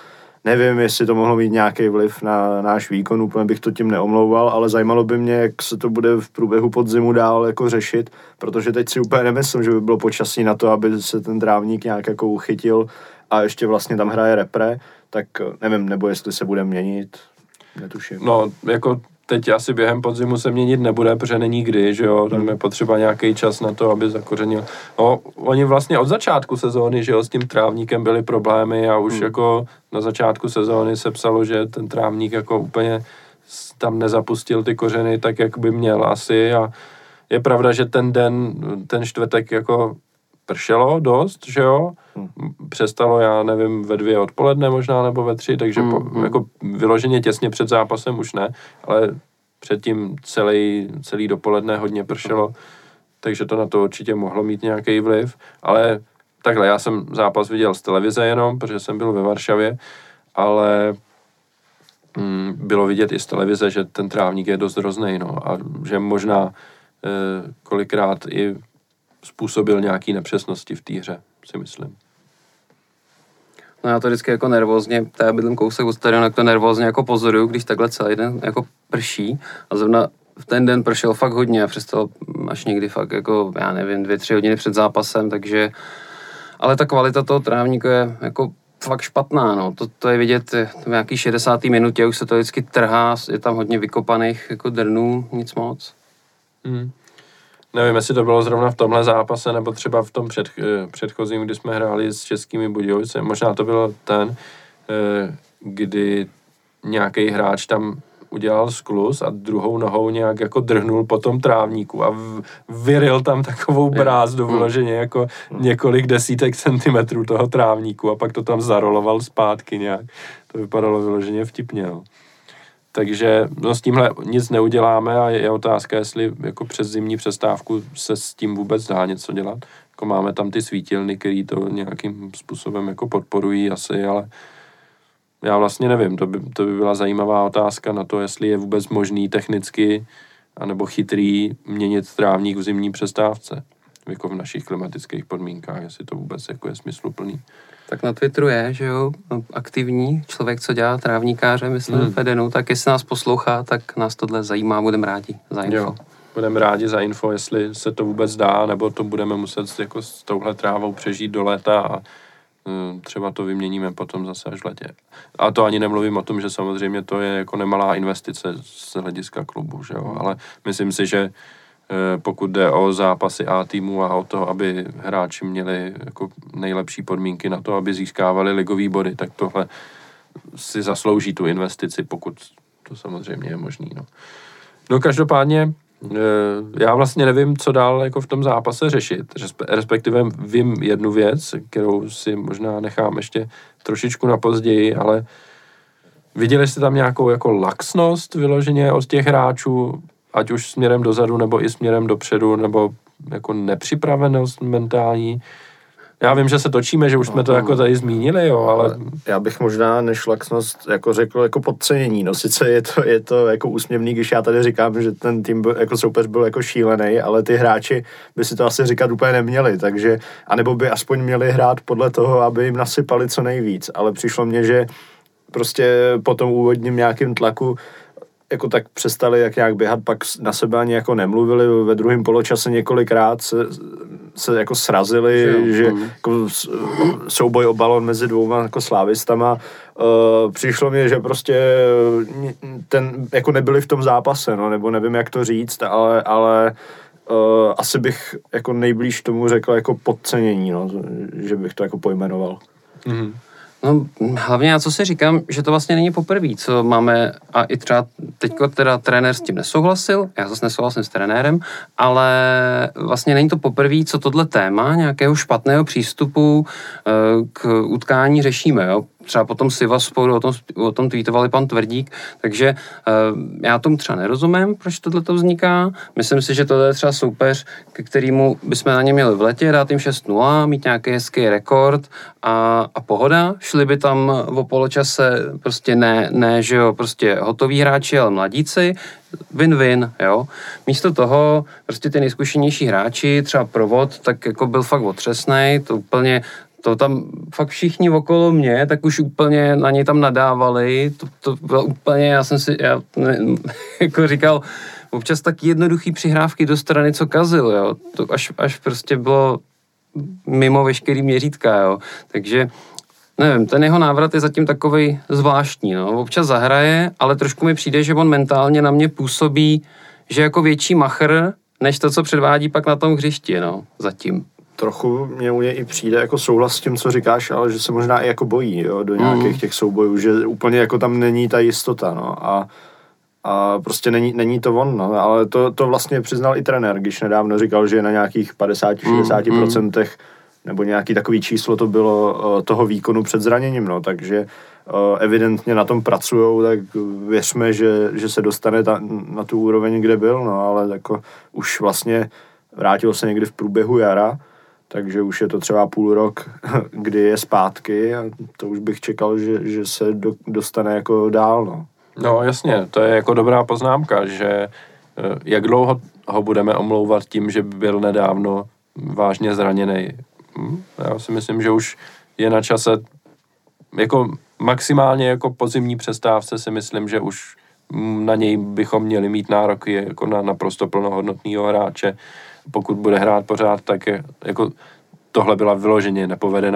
nevím, jestli to mohlo mít nějaký vliv na náš výkon, úplně bych to tím neomlouval, ale zajímalo by mě, jak se to bude v průběhu podzimu dál jako řešit, protože teď si úplně nemyslím, že by bylo počasí na to, aby se ten trávník nějak jako uchytil a ještě vlastně tam hraje repre, tak nevím, nebo jestli se bude měnit, netuším. No, jako teď asi během podzimu se měnit nebude, protože není kdy, že jo, tam je potřeba nějaký čas na to, aby zakořenil. No, oni vlastně od začátku sezóny, že jo, s tím trávníkem byly problémy a už jako na začátku sezóny se psalo, že ten trávník jako úplně tam nezapustil ty kořeny tak, jak by měl asi a je pravda, že ten čtvrtek jako pršelo dost, že jo, přestalo, já nevím, ve 2 odpoledne možná, nebo ve 3, takže jako vyloženě těsně před zápasem už ne, ale předtím celý dopoledne hodně pršelo, takže to na to určitě mohlo mít nějaký vliv, ale takhle, já jsem zápas viděl z televize jenom, protože jsem byl ve Varšavě, ale bylo vidět i z televize, že ten trávník je dost hroznej, no, a že možná kolikrát i způsobil nějaký nepřesnosti v té hře, si myslím. No já to vždycky jako nervózně, já bydlím kousek od stadionu, jak to nervózně jako pozoruju, když takhle celý den jako prší a zrovna v ten den pršel fakt hodně a přestal až někdy fakt jako, já nevím, 2-3 hodiny před zápasem, takže, ale ta kvalita toho trávníku je jako fakt špatná, no, to je vidět v nějaký 60. minutě, už se to vždycky trhá, je tam hodně vykopaných jako drnů, nic moc. Nevím, jestli to bylo zrovna v tomhle zápase, nebo třeba v tom předchozím, kdy jsme hráli s Českými Budějovice. Možná to byl ten, kdy nějaký hráč tam udělal skluz a druhou nohou nějak jako drhnul po tom trávníku a vyril tam takovou brázdu vyloženě jako několik desítek centimetrů toho trávníku a pak to tam zaroloval zpátky nějak. To vypadalo vyloženě vtipně, no. Takže no, s tímhle nic neuděláme a je otázka, jestli jako přes zimní přestávku se s tím vůbec dá něco dělat. Jako máme tam ty svítilny, který to nějakým způsobem jako podporují asi, ale já vlastně nevím, to by byla zajímavá otázka na to, jestli je vůbec možný technicky anebo chytrý měnit trávník v zimní přestávce, jako v našich klimatických podmínkách, jestli to vůbec jako je smysluplný. Tak na Twitteru je, že jo, aktivní člověk, co dělá trávníkáře, myslím, Fedenu, tak jestli nás poslouchá, tak nás tohle zajímá, budeme rádi za info. Jo, budeme rádi za info, jestli se to vůbec dá, nebo to budeme muset jako s touhle trávou přežít do léta a třeba to vyměníme potom zase až v letě. A to ani nemluvím o tom, že samozřejmě to je jako nemalá investice z hlediska klubu, že jo, ale myslím si, že pokud jde o zápasy A týmu a o to, aby hráči měli jako nejlepší podmínky na to, aby získávali ligový body, tak tohle si zaslouží tu investici, pokud to samozřejmě je možný. No každopádně já vlastně nevím, co dál jako v tom zápase řešit, respektive vím jednu věc, kterou si možná nechám ještě trošičku na později, ale viděli jste tam nějakou jako laxnost vyloženě od těch hráčů, ať už směrem dozadu, nebo i směrem dopředu, nebo jako nepřipravenost mentální. Já vím, že se točíme, že už jsme to jako tady zmínili, jo, ale... Já bych možná než laxnost jako řekl jako podcenění, no sice je to jako úsměvný, když já tady říkám, že ten tým byl, jako soupeř byl jako šílený, ale ty hráči by si to asi říkat úplně neměli, takže, anebo by aspoň měli hrát podle toho, aby jim nasypali co nejvíc, ale přišlo mně, že prostě po tom úvodním nějakým tlaku jako tak přestali jak nějak běhat, pak na sebe ani jako nemluvili, ve druhém poločase několikrát se jako srazili, že jako souboj o balon mezi dvouma jako slávistama. Přišlo mi, že prostě jako nebyli v tom zápase, no, nebo nevím, jak to říct, ale asi bych jako nejblíž tomu řekl jako podcenění, no, že bych to jako pojmenoval. Mm-hmm. No hlavně já co si říkám, že to vlastně není poprvé, co máme, a i třeba teďko teda trenér s tím nesouhlasil, já zase nesouhlasím s trenérem, ale vlastně není to poprvé, co tohle téma nějakého špatného přístupu k utkání řešíme, jo. Třeba potom Sivasporu o tom tweetovali pan Tvrdík, takže já tomu třeba nerozumím, proč tohleto vzniká. Myslím si, že tohle je třeba soupeř, ke kterému bychom na ně měli v letě, dát jim 6-0, mít nějaký hezký rekord a pohoda. Šli by tam o poločase prostě ne, že jo, prostě hotoví hráči, ale mladíci, win-win, jo. Místo toho prostě ty nejzkušenější hráči, třeba Provod, tak jako byl fakt otřesnej, to úplně to tam fakt všichni okolo mě, tak už úplně na něj tam nadávali, to bylo úplně, já jako říkal, občas tak jednoduchý přihrávky do strany, co kazil, jo, to až prostě bylo mimo veškerý měřítka, jo, takže nevím, ten jeho návrat je zatím takovej zvláštní, no, občas zahraje, ale trošku mi přijde, že on mentálně na mě působí, že jako větší machr, než to, co předvádí pak na tom hřišti, no, zatím. Trochu mě u něj i přijde jako souhlas s tím, co říkáš, ale že se možná i jako bojí, jo, do nějakých těch soubojů, že úplně jako tam není ta jistota, no, a prostě není to on, no, ale to vlastně přiznal i trenér, když nedávno říkal, že na nějakých 50-60%, nebo nějaký takový číslo to bylo toho výkonu před zraněním, no, takže evidentně na tom pracujou, tak věřme, že se dostane na tu úroveň, kde byl, no, ale jako už vlastně vrátil se někdy v průběhu jara, takže už je to třeba půl rok, kdy je zpátky a to už bych čekal, že se dostane jako dál, no. No jasně, to je jako dobrá poznámka, že jak dlouho ho budeme omlouvat tím, že byl nedávno vážně zraněný. Já si myslím, že už je na čase, jako maximálně jako po zimní přestávce si myslím, že už na něj bychom měli mít nároky jako na naprosto plnohodnotného hráče. Pokud bude hrát pořád, tak jako tohle byla vyloženě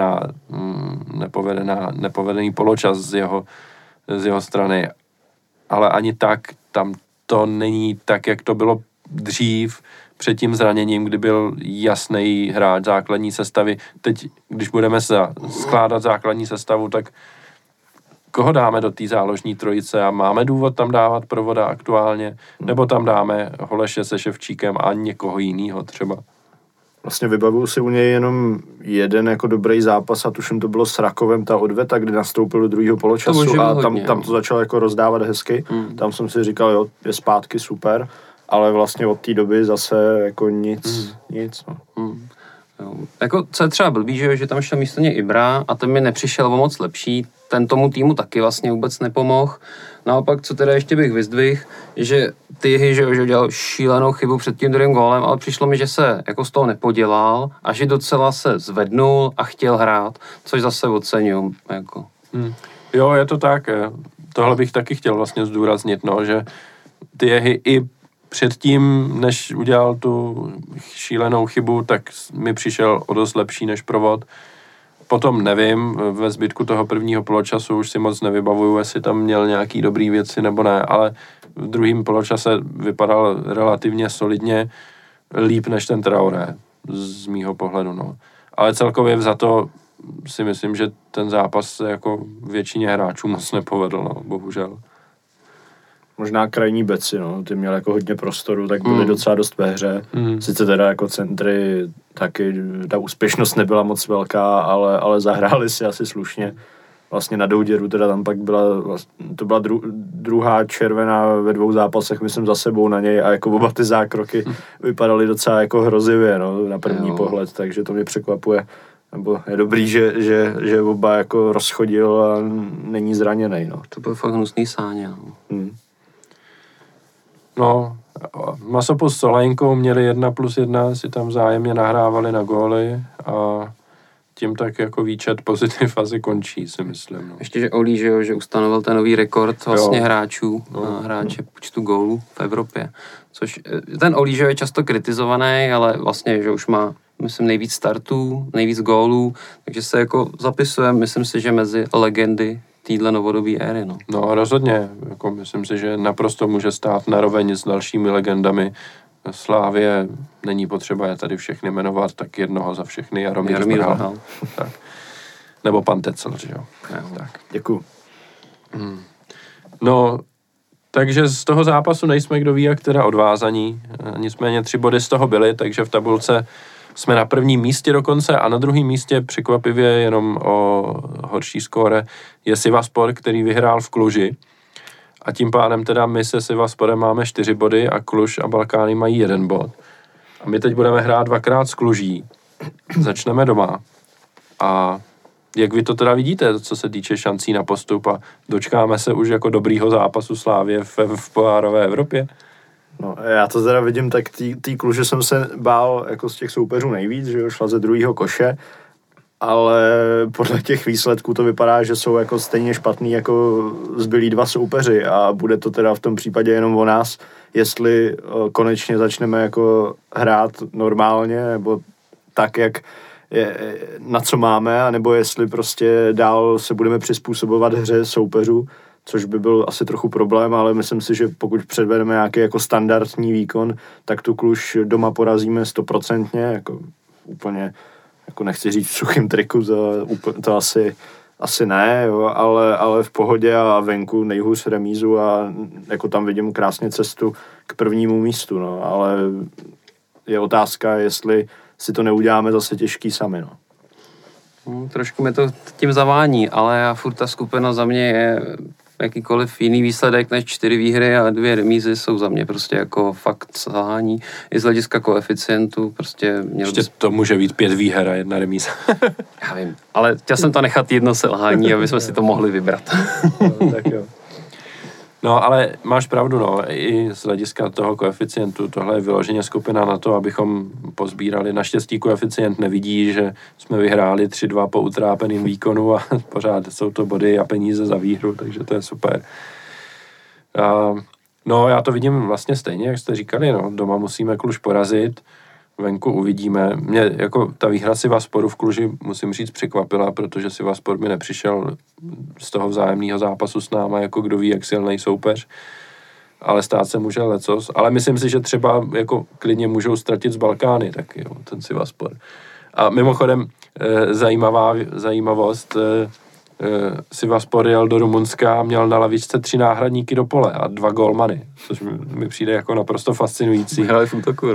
nepovedený poločas z jeho strany. Ale ani tak tam to není tak, jak to bylo dřív před tím zraněním, kdy byl jasný hráč základní sestavy. Teď, když budeme skládat základní sestavu, tak koho dáme do té záložní trojice a máme důvod tam dávat Provoda aktuálně, nebo tam dáme Holeše se Ševčíkem a někoho jinýho třeba. Vlastně vybavuju si u něj jenom jeden jako dobrý zápas a tuším to bylo s Rakovem, ta odveta, kdy nastoupil do druhého poločasu a tam to začalo jako rozdávat hezky. Tam jsem si říkal, jo, je zpátky super, ale vlastně od té doby zase jako nic. No. Jo. Jako, co je třeba blbý, že tam šel místo něj Ibra a ten mi nepřišel o moc lepší, ten tomu týmu taky vlastně vůbec nepomohl. Naopak, co teda ještě bych vyzdvihl, že Tyhy, že udělal šílenou chybu před tím druhým gólem, ale přišlo mi, že se jako z toho nepodělal a že docela se zvednul a chtěl hrát, což zase oceňuji. Jako. Jo, je to tak. Tohle bych taky chtěl vlastně zdůraznit, no, že Tyhy i předtím, než udělal tu šílenou chybu, tak mi přišel o dost lepší než Provod. Potom nevím, ve zbytku toho prvního poločasu už si moc nevybavuju, jestli tam měl nějaký dobrý věci nebo ne, ale v druhém poločase vypadal relativně solidně líp než ten Traoré, z mýho pohledu, no. Ale celkově vzato si myslím, že ten zápas se jako většině hráčů moc nepovedl, no, bohužel. Možná krajní beci, no, ty měl jako hodně prostoru, tak byly docela dost ve hře. Sice teda jako centry taky, ta úspěšnost nebyla moc velká, ale zahráli si asi slušně. Vlastně na Douděru teda tam pak byla druhá červená ve 2 zápasech, myslím, za sebou na něj a jako oba ty zákroky vypadaly docela jako hrozivě, no, na první pohled, takže to mě překvapuje. Nebo je dobrý, že oba jako rozchodil a není zraněnej, no. To byl fakt hnusný sáně, no. No, Masopust s Solajnkou měli 1+1, si tam vzájemně nahrávali na góly a tím tak jako výčet pozitiv asi končí, si myslím. No. Ještě, že Olí, že ustanovil ten nový rekord vlastně hráčů, hráče počtu gólů v Evropě. Což ten Olí, je často kritizovaný, ale vlastně, že už má, myslím, nejvíc startů, nejvíc gólů, takže se jako zapisuje, myslím si, že mezi legendy téhle novodobé éry, no. No rozhodně, jako myslím si, že naprosto může stát naroveň s dalšími legendami. Slávě není potřeba je tady všechny jmenovat, tak jednoho za všechny, Jaromír Zbrhal. Tak. Nebo pan Tecel, že jo. Tak. Děkuju. No, takže z toho zápasu nejsme kdo ví jak teda odvázaní. Nicméně 3 body z toho byly, takže v tabulce jsme na prvním místě dokonce a na druhém místě překvapivě jenom o horší skóre je Sivaspor, který vyhrál v Kluži. A tím pádem teda my se Sivasporem máme 4 body a Kluž a Balkány mají 1 bod. A my teď budeme hrát 2krát s Kluží. Začneme doma. A jak vy to teda vidíte, co se týče šancí na postup a dočkáme se už jako dobrýho zápasu Slávie v pohárové Evropě? No, já to teda vidím, tak tý Kluže jsem se bál jako z těch soupeřů nejvíc, že jo, šla ze druhého koše ale podle těch výsledků to vypadá, že jsou jako stejně špatný jako zbylí dva soupeři a bude to teda v tom případě jenom o nás, jestli konečně začneme jako hrát normálně, nebo tak, jak na co máme, anebo jestli prostě dál se budeme přizpůsobovat hře soupeřů, což by byl asi trochu problém, ale myslím si, že pokud předvedeme nějaký jako standardní výkon, tak tu Kluž doma porazíme 100%, jako úplně, jako nechci říct v suchým triku, to asi ne, jo, ale v pohodě a venku nejhůř remízu a jako tam vidím krásně cestu k prvnímu místu, no, ale je otázka, jestli si to neuděláme zase těžký sami, no. Trošku mi to tím zavání, ale já furt ta skupina za mě je jakýkoliv jiný výsledek než 4 výhry a 2 remízy jsou za mě prostě jako fakt selhání. I z hlediska koeficientu prostě měl Ještě to může být 5 výher a 1 remíza. Já vím, ale chtěl jsem to nechat jedno selhání, aby jsme si to mohli vybrat. No, tak jo. No, ale máš pravdu, no, i z hlediska toho koeficientu, tohle je vyloženě skupina na to, abychom pozbírali. Naštěstí koeficient nevidí, že jsme vyhráli 3-2 po utrápeným výkonu a pořád jsou to body a peníze za výhru, takže to je super. No, já to vidím vlastně stejně, jak jste říkali, no, doma musíme Kluž porazit, venku uvidíme. Mě jako ta výhra Sivasporu v Kluži, musím říct, překvapila, protože Sivaspor mi nepřišel z toho vzájemného zápasu s náma, jako kdo ví, jak silný soupeř, ale stát se může lecos. Ale myslím si, že třeba jako klidně můžou ztratit z Balkány taky, jo, ten Sivaspor. A mimochodem zajímavost, Sivaspor jel do Rumunska a měl na lavičce 3 náhradníky do pole a 2 gólmany, což mi přijde jako naprosto fascinující. Hráli v útoku.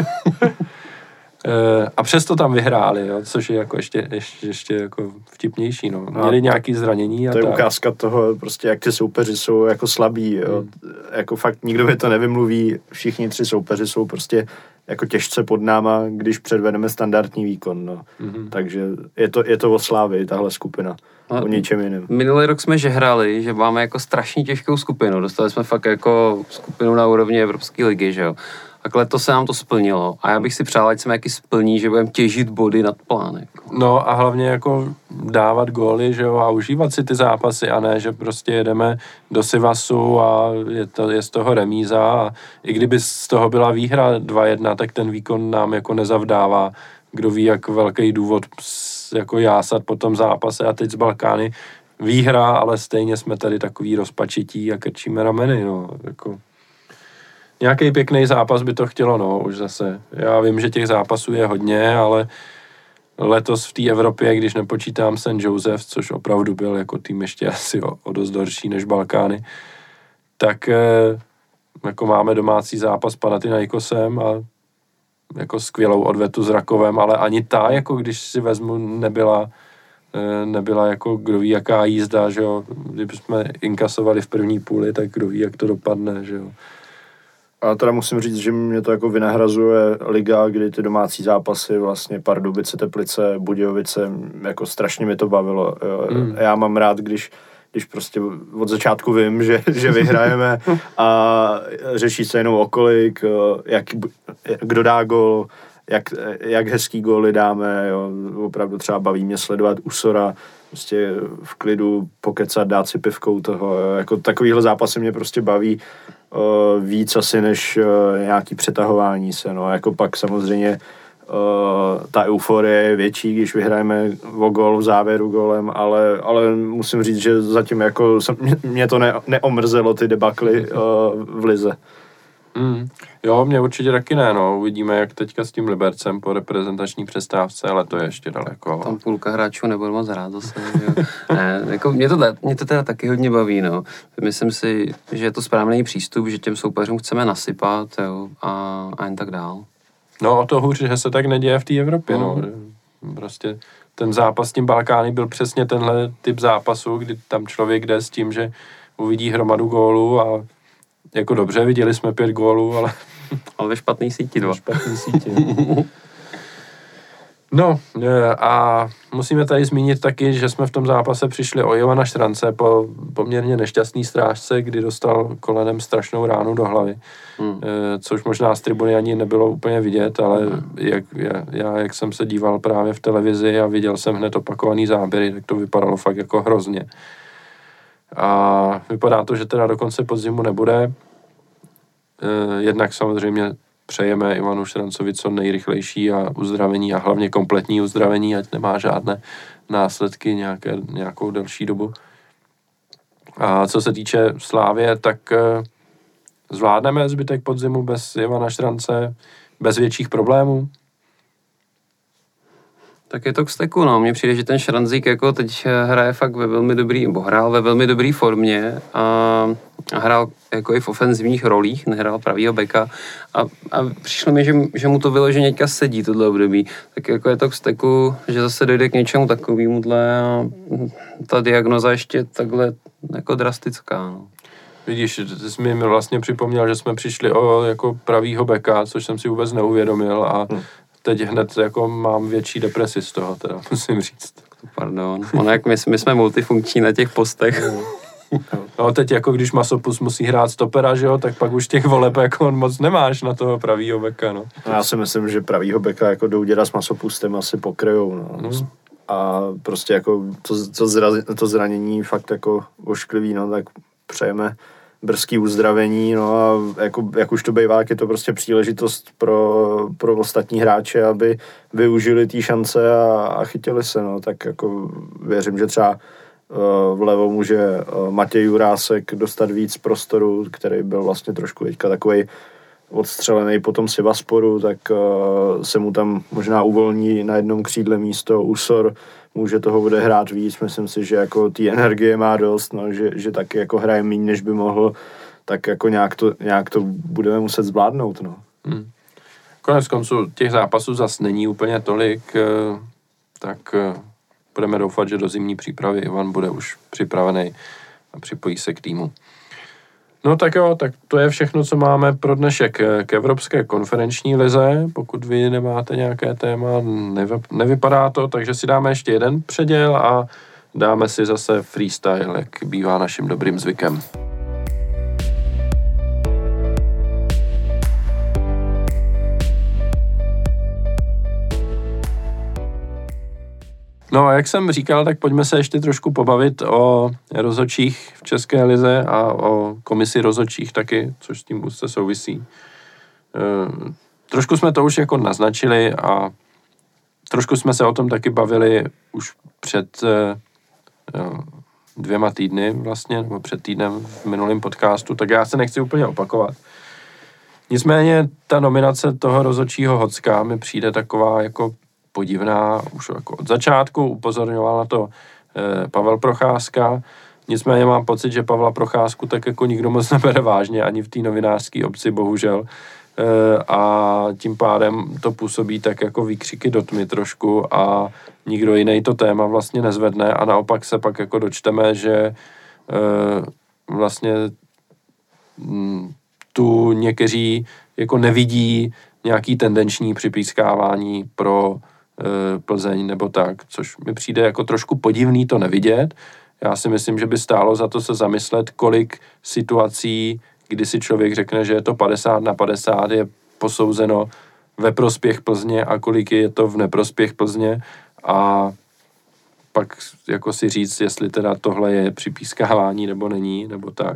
A přesto tam vyhráli, jo, což je jako ještě jako vtipnější. No. Měli nějaké zranění a to je tak. ukázka toho, prostě, jak ty soupeři jsou jako slabí. Jo. Jako fakt nikdo mi to nevymluví, všichni 3 soupeři jsou prostě jako těžce pod náma, když předvedeme standardní výkon. No. Takže je to o Slávii, tahle skupina. O ničem jiném. Minulý rok jsme žehrali, že máme jako strašně těžkou skupinu. Dostali jsme fakt jako skupinu na úrovni Evropské ligy, že jo. Tak letos se nám to splnilo a já bych si přál, ať se jaký splní, že budeme těžit body nad plány. No a hlavně jako dávat góly, že jo, a užívat si ty zápasy a ne, že prostě jedeme do Sivasu a je z toho remíza a i kdyby z toho byla výhra 2-1, tak ten výkon nám jako nezavdává. Kdo ví, jak velký důvod jako jásat po tom zápase a teď z Balkány výhra, ale stejně jsme tady takový rozpačití a krčíme rameny, no, jako. Nějaký pěkný zápas by to chtělo, no, už zase. Já vím, že těch zápasů je hodně, ale letos v té Evropě, když nepočítám St. Joseph, což opravdu byl jako tým ještě asi o dost horší než Balkány, tak jako máme domácí zápas s Panathinaikosem a jako skvělou odvetu s Rakovem, ale ani ta, jako když si vezmu, nebyla jako kdo ví jaká jízda, že jo. Kdybychom inkasovali v první půli, tak kdo ví, jak to dopadne, že jo. A teda musím říct, že mě to jako vynahrazuje liga, kdy ty domácí zápasy, vlastně Pardubice, Teplice, Budějovice, jako strašně mi to bavilo. Já mám rád, když prostě od začátku vím, že vyhrajeme a řeší se jenom okolik, kdo dá gól, jak hezký góly dáme, jo. Opravdu třeba baví mě sledovat Usora, prostě v klidu pokecat, dát si pivkou toho, jo. Jako takovýhle zápasy mě prostě baví víc asi než nějaký přetahování se, no, jako pak samozřejmě ta euforie je větší, když vyhrajeme o gól v závěru gólem, ale musím říct, že zatím jako mě to neomrzelo ty debakly v lize. Jo, mě určitě taky ne, no. Uvidíme, jak teďka s tím Libercem po reprezentační přestávce, ale to je ještě daleko. Tam půlka hráčů nebude moc hrát zase. Ne, jako mě to teda taky hodně baví, no. Myslím si, že je to správný přístup, že těm soupeřům chceme nasypat, jo, a jen tak dál. No, o to hůř, že se tak neděje v té Evropě, no. Prostě ten zápas s tím Balkány byl přesně tenhle typ zápasu, kdy tam člověk jde s tím, že uvidí hromadu gólů a jako dobře, viděli jsme 5 gólů, ale ve špatný síti 2. Špatný síti. No a musíme tady zmínit taky, že jsme v tom zápase přišli o Ivana Štrance po poměrně nešťastný strážce, kdy dostal kolenem strašnou ránu do hlavy. Což možná z tribuny ani nebylo úplně vidět, ale jak jsem se díval právě v televizi a viděl jsem hned opakovaný záběry, tak to vypadalo fakt jako hrozně. A vypadá to, že teda do konce podzimu nebude. Jednak samozřejmě přejeme Ivanu Štrancovi co nejrychlejší a uzdravení a hlavně kompletní uzdravení, ať nemá žádné následky nějakou delší dobu. A co se týče Slávie, tak zvládneme zbytek podzimu bez Ivana Štrance, bez větších problémů? Tak je to k steku, no. Mně přijde, že ten Šranzík jako teď hraje fakt hrál ve velmi dobrý formě a hrál jako i v ofenzivních rolích, nehrál pravýho beka a přišlo mi, že mu to vyloženě teďka sedí tohle období. Tak jako je to k steku, že zase dojde k něčemu takovémuhle a ta diagnoza ještě takhle jako drastická, no. Vidíš, jsi mi vlastně připomněl, že jsme přišli o jako pravýho beka, což jsem si vůbec neuvědomil a teď hned jako mám větší depresi z toho, teda musím říct. Pardon. Ono jak my jsme multifunkční na těch postech. No teď jako když Masopus musí hrát stopera, že jo, tak pak už těch voleb jako moc nemáš na toho pravýho beka, no. Já si myslím, že pravýho beka jako Douděra s Masopustem asi pokryjou, no. A prostě jako to zranění fakt jako ošklivý, no, tak přejeme brzký uzdravení, no a jako, jak už to bývá, je to prostě příležitost pro ostatní hráče, aby využili té šance a chytili se, no, tak jako věřím, že třeba vlevo může Matěj Jurásek dostat víc prostoru, který byl vlastně trošku teďka takovej odstřelený po tom Sivasporu, tak se mu tam možná uvolní na jednom křídle místo Usor, může toho odehrát víc, myslím si, že jako té energie má dost, no, že taky jako hraje méně, než by mohl, tak jako nějak to budeme muset zvládnout, no. Konec konců těch zápasů zas není úplně tolik, tak budeme doufat, že do zimní přípravy Ivan bude už připravený a připojí se k týmu. No tak jo, tak to je všechno, co máme pro dnešek k Evropské konferenční lize. Pokud vy nemáte nějaké téma, nevypadá to, takže si dáme ještě jeden předěl a dáme si zase freestyle, jak bývá naším dobrým zvykem. No a jak jsem říkal, tak pojďme se ještě trošku pobavit o rozhodčích v České lize a o komisi rozhodčích taky, což s tím úzce souvisí. Trošku jsme to už jako naznačili a trošku jsme se o tom taky bavili už před 2 týdny vlastně, nebo před týdnem v minulém podcastu, tak já se nechci úplně opakovat. Nicméně ta nominace toho rozhodčího Hocka mi přijde taková jako podivná, už jako od začátku, upozorňoval na to Pavel Procházka, nicméně mám pocit, že Pavla Procházku tak jako nikdo moc nebere vážně, ani v té novinářské obci, bohužel, a tím pádem to působí tak jako výkřiky do tmy trošku a nikdo jiný to téma vlastně nezvedne a naopak se pak jako dočteme, že vlastně tu někteří jako nevidí nějaký tendenční připískávání pro Plzeň nebo tak, což mi přijde jako trošku podivný to nevidět. Já si myslím, že by stálo za to se zamyslet, kolik situací, kdy si člověk řekne, že je to 50/50, je posouzeno ve prospěch Plzně a kolik je to v neprospěch Plzně a pak jako si říct, jestli teda tohle je připískávání nebo není, nebo tak.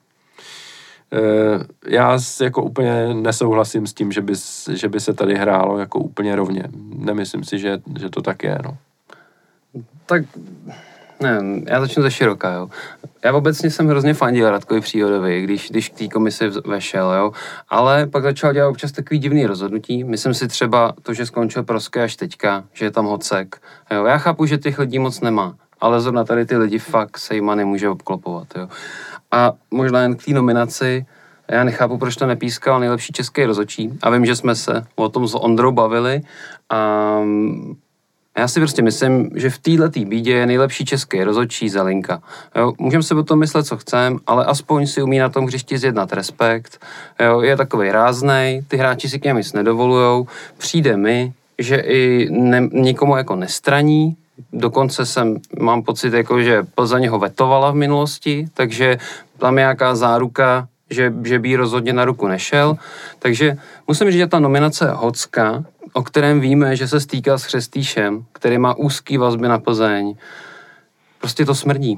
Já jako úplně nesouhlasím s tím, že by se tady hrálo jako úplně rovně. Nemyslím si, že to tak je, no. Tak, ne, já začnu ze široka, jo. Já obecně jsem hrozně fandil Radkovi Příhodovi, když k té komisi vešel, jo. Ale pak začal dělat občas takový divný rozhodnutí. Myslím si třeba to, že skončil Proské až teďka, že je tam Hocek. Jo. Já chápu, že těch lidí moc nemá, ale zrovna tady ty lidi fakt se jima nemůže obklopovat, jo. A možná jen k té nominaci, já nechápu, proč to nepískal nejlepší český rozhodčí. A vím, že jsme se o tom s Ondrou bavili a já si prostě myslím, že v této bídě je nejlepší český rozhodčí Zelinka. Můžeme si o tom myslet, co chceme, ale aspoň si umí na tom hřišti zjednat respekt. Jo, je takovej ráznej, ty hráči si k něm nic nedovolujou, přijde mi, že i nikomu jako nestraní. Dokonce mám pocit, jako, že Plzeň ho vetovala v minulosti, takže tam je nějaká záruka, že by jí rozhodně na ruku nešel. Takže musím říct, že ta nominace Hocka, o kterém víme, že se stýká s Chřestýšem, který má úzký vazby na Plzeň, prostě to smrdí.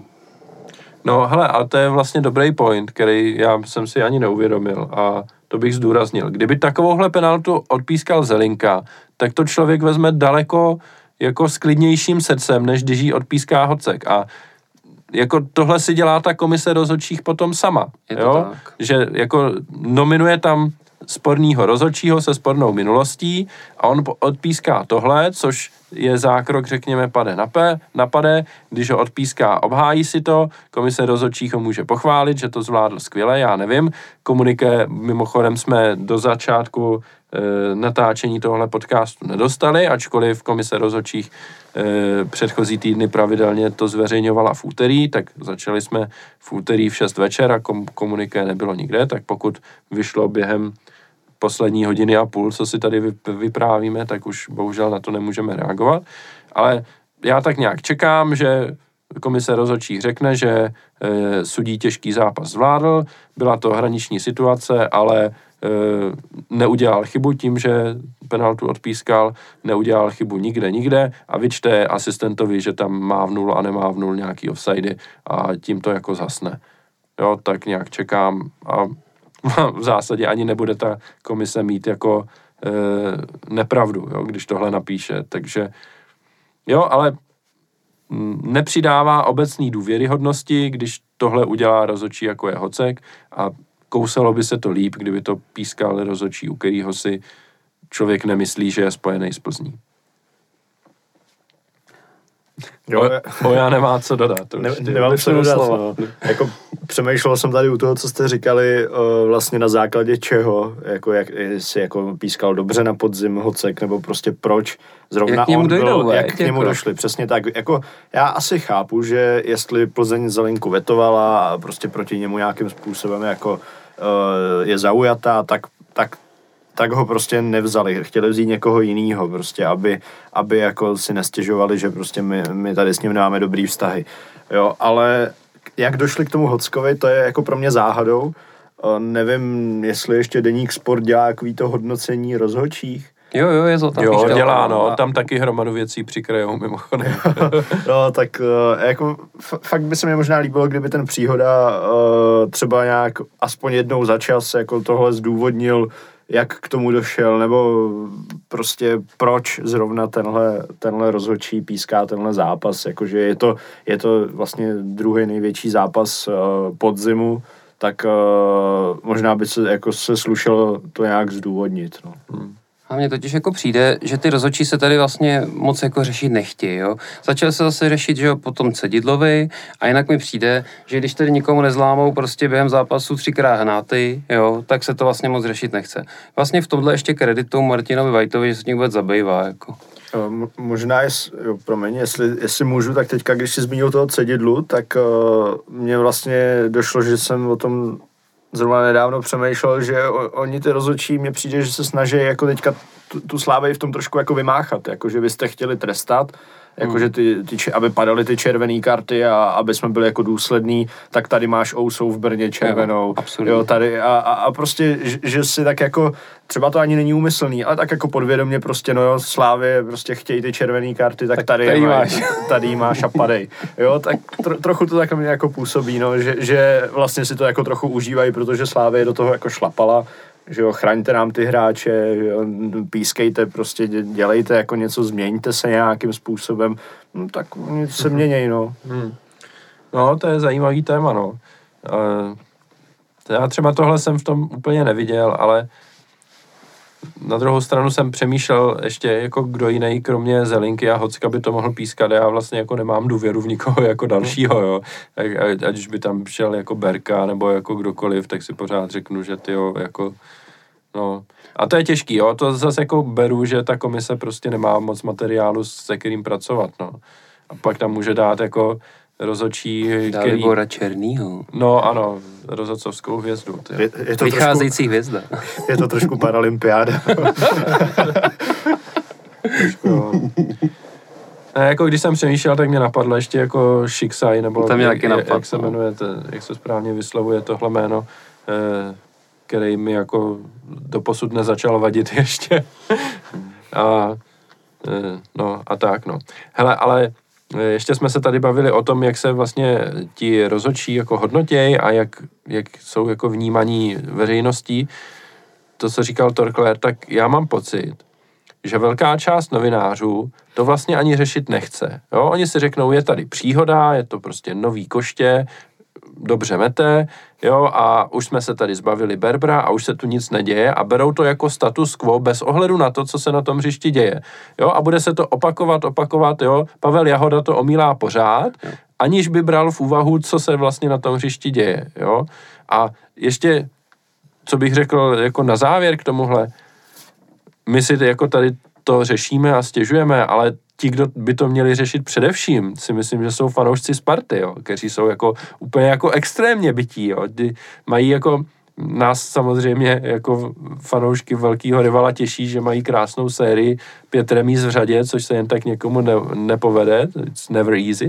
No hele, ale to je vlastně dobrý point, který já jsem si ani neuvědomil a to bych zdůraznil. Kdyby takovouhle penaltu odpískal Zelinka, tak to člověk vezme daleko jako s klidnějším srdcem, než když jí odpíská Hocek. A jako tohle si dělá ta komise rozhodčích potom sama. Je to tak. Že jako nominuje tam sporného rozhodčího se spornou minulostí a on odpíská tohle, což je zákrok, řekněme, napade, když ho odpíská, obhájí si to, komise rozhodčích ho může pochválit, že to zvládl skvěle, já nevím. Komuniké, mimochodem jsme do začátku natáčení tohle podcastu nedostali, ačkoliv komise rozhodčích předchozí týdny pravidelně to zveřejňovala v úterý, tak začali jsme v úterý v 6 večer a komuniké nebylo nikde, tak pokud vyšlo během poslední hodiny a půl, co si tady vyprávíme, tak už bohužel na to nemůžeme reagovat. Ale já tak nějak čekám, že komise rozhodčích řekne, že sudí těžký zápas zvládl, byla to hraniční situace, ale neudělal chybu tím, že penaltu odpískal, neudělal chybu nikde a vyčte asistentovi, že tam mávnul a nemávnul nějaký offsidy a tím to jako zhasne. Jo, tak nějak čekám a v zásadě ani nebude ta komise mít jako nepravdu, jo, když tohle napíše, takže jo, ale nepřidává obecný důvěryhodnosti, když tohle udělá rozhodčí jako je Hocek a kousalo by se to líp, kdyby to pískal rozhodčí, u kterýho si člověk nemyslí, že je spojený s Plzní. Já nemá co dodat. Nemám co dodat. No. Jako, přemýšlel jsem tady u toho, co jste říkali, vlastně na základě čeho, jako jestli jako pískal dobře na podzim Hocek, nebo prostě proč zrovna jak on byl, jak k němu došli. Přesně tak. Jako, já asi chápu, že jestli Plzeň Zelinku vetovala a prostě proti němu nějakým způsobem jako je zaujatá, tak ho prostě nevzali. Chtěli vzít někoho jinýho, prostě, aby jako si nestěžovali, že prostě my tady s ním nemáme dobrý vztahy. Jo, ale jak došli k tomu Hockovi, to je jako pro mě záhadou. Nevím, jestli ještě Deník Sport dělá takový to hodnocení rozhodčích. Jo, je to tam. Jo, dělá, no, tam taky hromadu věcí přikrajou mimochodem. No, tak jako fakt by se mi možná líbilo, kdyby ten Příhoda třeba nějak aspoň jednou za čas jako tohle zdůvodnil, jak k tomu došel, nebo prostě proč zrovna tenhle rozhodčí píská tenhle zápas, jakože je to vlastně druhý největší zápas podzimu, tak možná by se slušelo to nějak zdůvodnit, no. A mně totiž jako přijde, že ty rozhodčí se tady vlastně moc jako řešit nechtějí, jo. Začal se zase řešit, že jo, potom Cedidlovi a jinak mi přijde, že když tady nikomu nezlámou prostě během zápasu 3x hnáty, jo, tak se to vlastně moc řešit nechce. Vlastně v tomhle ještě kreditu Martinovi Vajtovi, že se tím vůbec zabývá, jako. Možná, jestli můžu, tak teďka, když jsi zmínil toho Cedidlu, tak mně vlastně došlo, že jsem o tom zrovna nedávno přemýšlel, že oni ty rozhodčí, mně přijde, že se snaží jako teďka tu Slávy v tom trošku jako vymáchat, jako že byste chtěli trestat, jakože aby padaly ty červené karty a aby jsme byli jako důslední, tak tady máš Ousou v Brně červenou, jo, tady a prostě, že si tak jako, třeba to ani není úmyslný, ale tak jako podvědomě prostě, no jo, Slávy prostě chtějí ty červené karty, tak tady máš a padej. Jo, tak trochu to tak mě jako působí, no, že vlastně si to jako trochu užívají, protože Slávy do toho jako šlapala, že jo, chraňte nám ty hráče, pískejte, prostě dělejte jako něco, změňte se nějakým způsobem, no tak se měněj, no. No, to je zajímavý téma, no. Já třeba tohle jsem v tom úplně neviděl, ale na druhou stranu jsem přemýšlel ještě jako kdo jiný, kromě Zelinky a Hocka by to mohl pískat, já vlastně jako nemám důvěru v nikoho jako dalšího, jo. Ať už by tam šel jako Berka nebo jako kdokoliv, tak si pořád řeknu, že tyjo, jako, no. A to je těžký, jo, to zase jako beru, že ta komise prostě nemá moc materiálu, se kterým pracovat, no. A pak tam může dát jako rozhodčí, Dalibora Černýho. No ano, rozhodcovskou hvězdu. Je to vycházející hvězda. Je to trošku paralympiáda. Ne, jako když jsem přemýšlel, tak mě napadlo ještě jako Shiksai, nebo jak se jmenuje, jak se správně vyslovuje tohle jméno, který mi jako doposud nezačal vadit ještě. A tak, no. Hele, ale ještě jsme se tady bavili o tom, jak se vlastně ti rozhodčí jako hodnotěj a jak jsou jako vnímaní veřejností. To, co říkal Torkler, tak já mám pocit, že velká část novinářů to vlastně ani řešit nechce. Jo? Oni si řeknou, je tady příhoda, je to prostě nový koště, dobře mete, jo, a už jsme se tady zbavili Berbera a už se tu nic neděje a berou to jako status quo bez ohledu na to, co se na tom hřišti děje. Jo, a bude se to opakovat, jo. Pavel Jahoda to omílá pořád, aniž by bral v úvahu, co se vlastně na tom hřišti děje, jo. A ještě, co bych řekl jako na závěr k tomuhle, my si jako tady to řešíme a stěžujeme, ale ti, kdo by to měli řešit především, si myslím, že jsou fanoušci Sparty, jo, kteří jsou jako úplně jako extrémně bytí, jo, mají jako nás samozřejmě jako fanoušky velkýho rivala těší, že mají krásnou sérii 5 remíz v řadě, což se jen tak někomu nepovede, it's never easy,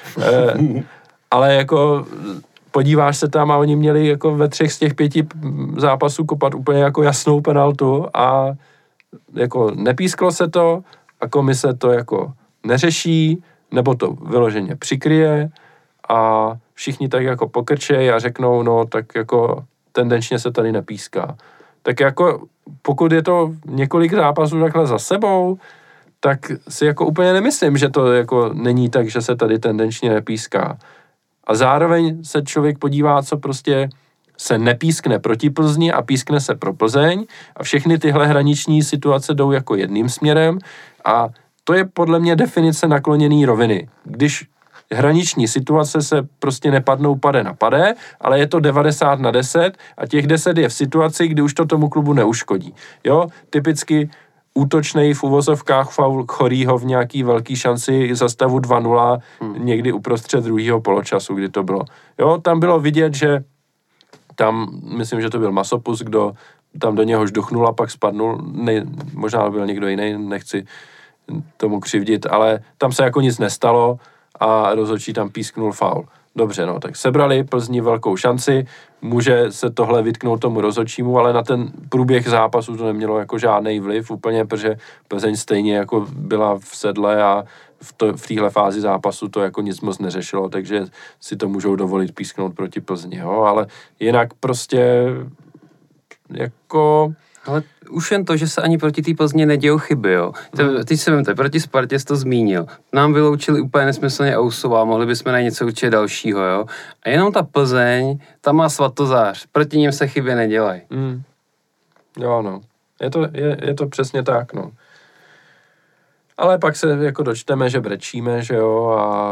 ale jako podíváš se tam a oni měli jako ve 3 z těch 5 zápasů kopat úplně jako jasnou penaltu a jako nepísklo se to a komise to jako neřeší, nebo to vyloženě přikryje a všichni tak jako pokrčejí a řeknou, no tak jako tendenčně se tady nepíská. Tak jako pokud je to několik zápasů takhle za sebou, tak si jako úplně nemyslím, že to jako není tak, že se tady tendenčně nepíská. A zároveň se člověk podívá, co prostě se nepískne proti Plzni a pískne se pro Plzeň a všechny tyhle hraniční situace jdou jako jedným směrem a to je podle mě definice nakloněný roviny. Když hraniční situace se prostě nepadnou pade na pade, ale je to 90/10 a těch 10 je v situaci, kdy už to tomu klubu neuškodí. Jo, typicky útočnej v uvozovkách faul Chorýho v nějaký velký šanci za stavu 2-0 někdy uprostřed druhého poločasu, kdy to bylo. Jo, tam bylo vidět, že tam, myslím, že to byl Masopus, kdo tam do něho žduchnul a pak spadnul, možná byl někdo jiný, nechci tomu křivdit, ale tam se jako nic nestalo a rozhodčí tam písknul faul. Dobře, no, tak sebrali Plzni velkou šanci, může se tohle vytknout tomu rozhodčímu, ale na ten průběh zápasu to nemělo jako žádný vliv úplně, protože Plzeň stejně jako byla v sedle a v téhle fázi zápasu to jako nic moc neřešilo, takže si to můžou dovolit písknout proti Plzni, jo, ale jinak prostě jako... Ale už jen to, že se ani proti té Plzni nedějou chyby, jo. Teď se vemte, proti Spartě jsi to zmínil. Nám vyloučili úplně nesmyslně Ousova, mohli bychom najít něco určitě dalšího, jo. A jenom ta Plzeň, tam má Svatozář, proti ním se chyby nedělají. Jo, no. Je to přesně tak, no. Ale pak se jako dočteme, že brečíme, že jo, a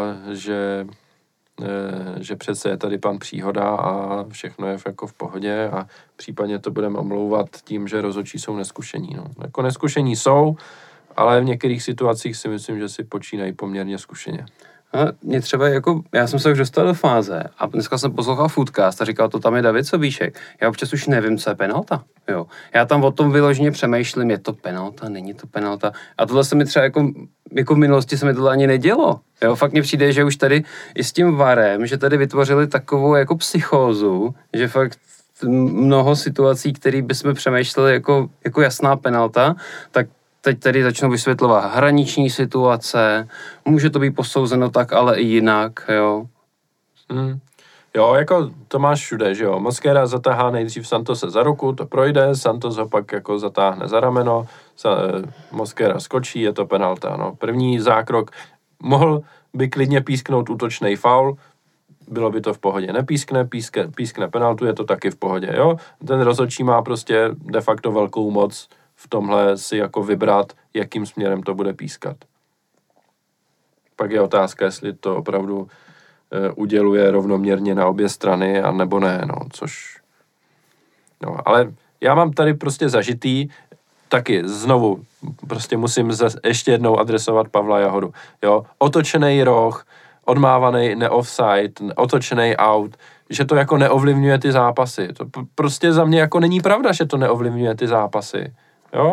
že přece je tady pan Příhoda a všechno je jako v pohodě a případně to budeme omlouvat tím, že rozhodčí jsou neskušení. No. Jako neskušení jsou, ale v některých situacích si myslím, že si počínají poměrně zkušeně. A mě třeba jako, já jsem se už dostal do fáze a dneska jsem poslouchal Foodcast a říkal, to tam je David Sobíšek. Já občas už nevím, co je penalta. Jo. Já tam o tom vyloženě přemýšlím, je to penalta, není to penalta. A tohle se mi třeba jako v minulosti se mi tohle ani nedělo. Jo, fakt mně přijde, že už tady i s tím VARem, že tady vytvořili takovou jako psychózu, že fakt mnoho situací, které bychom přemýšleli jako jasná penalta, tak teď tady začnou vysvětlovat hraniční situace, může to být posouzeno tak, ale i jinak, jo. Jo, jako to máš všude, že jo. Mosquera zatáhá nejdřív Santose za ruku, to projde, Santos ho pak jako zatáhne za rameno, Mosquera skočí, je to penalta, no. První zákrok, mohl by klidně písknout útočnej faul, bylo by to v pohodě. Pískne penaltu, je to taky v pohodě, jo. Ten rozhodčí má prostě de facto velkou moc v tomhle si jako vybrat, jakým směrem to bude pískat. Pak je otázka, jestli to opravdu uděluje rovnoměrně na obě strany, a nebo ne, no, což... No, ale já mám tady prostě zažitý, taky znovu, prostě musím ještě jednou adresovat Pavla Jahodu, jo, otočený roh, odmávaný neoffside, otočený out, že to jako neovlivňuje ty zápasy. To prostě za mě jako není pravda, že to neovlivňuje ty zápasy. Jo?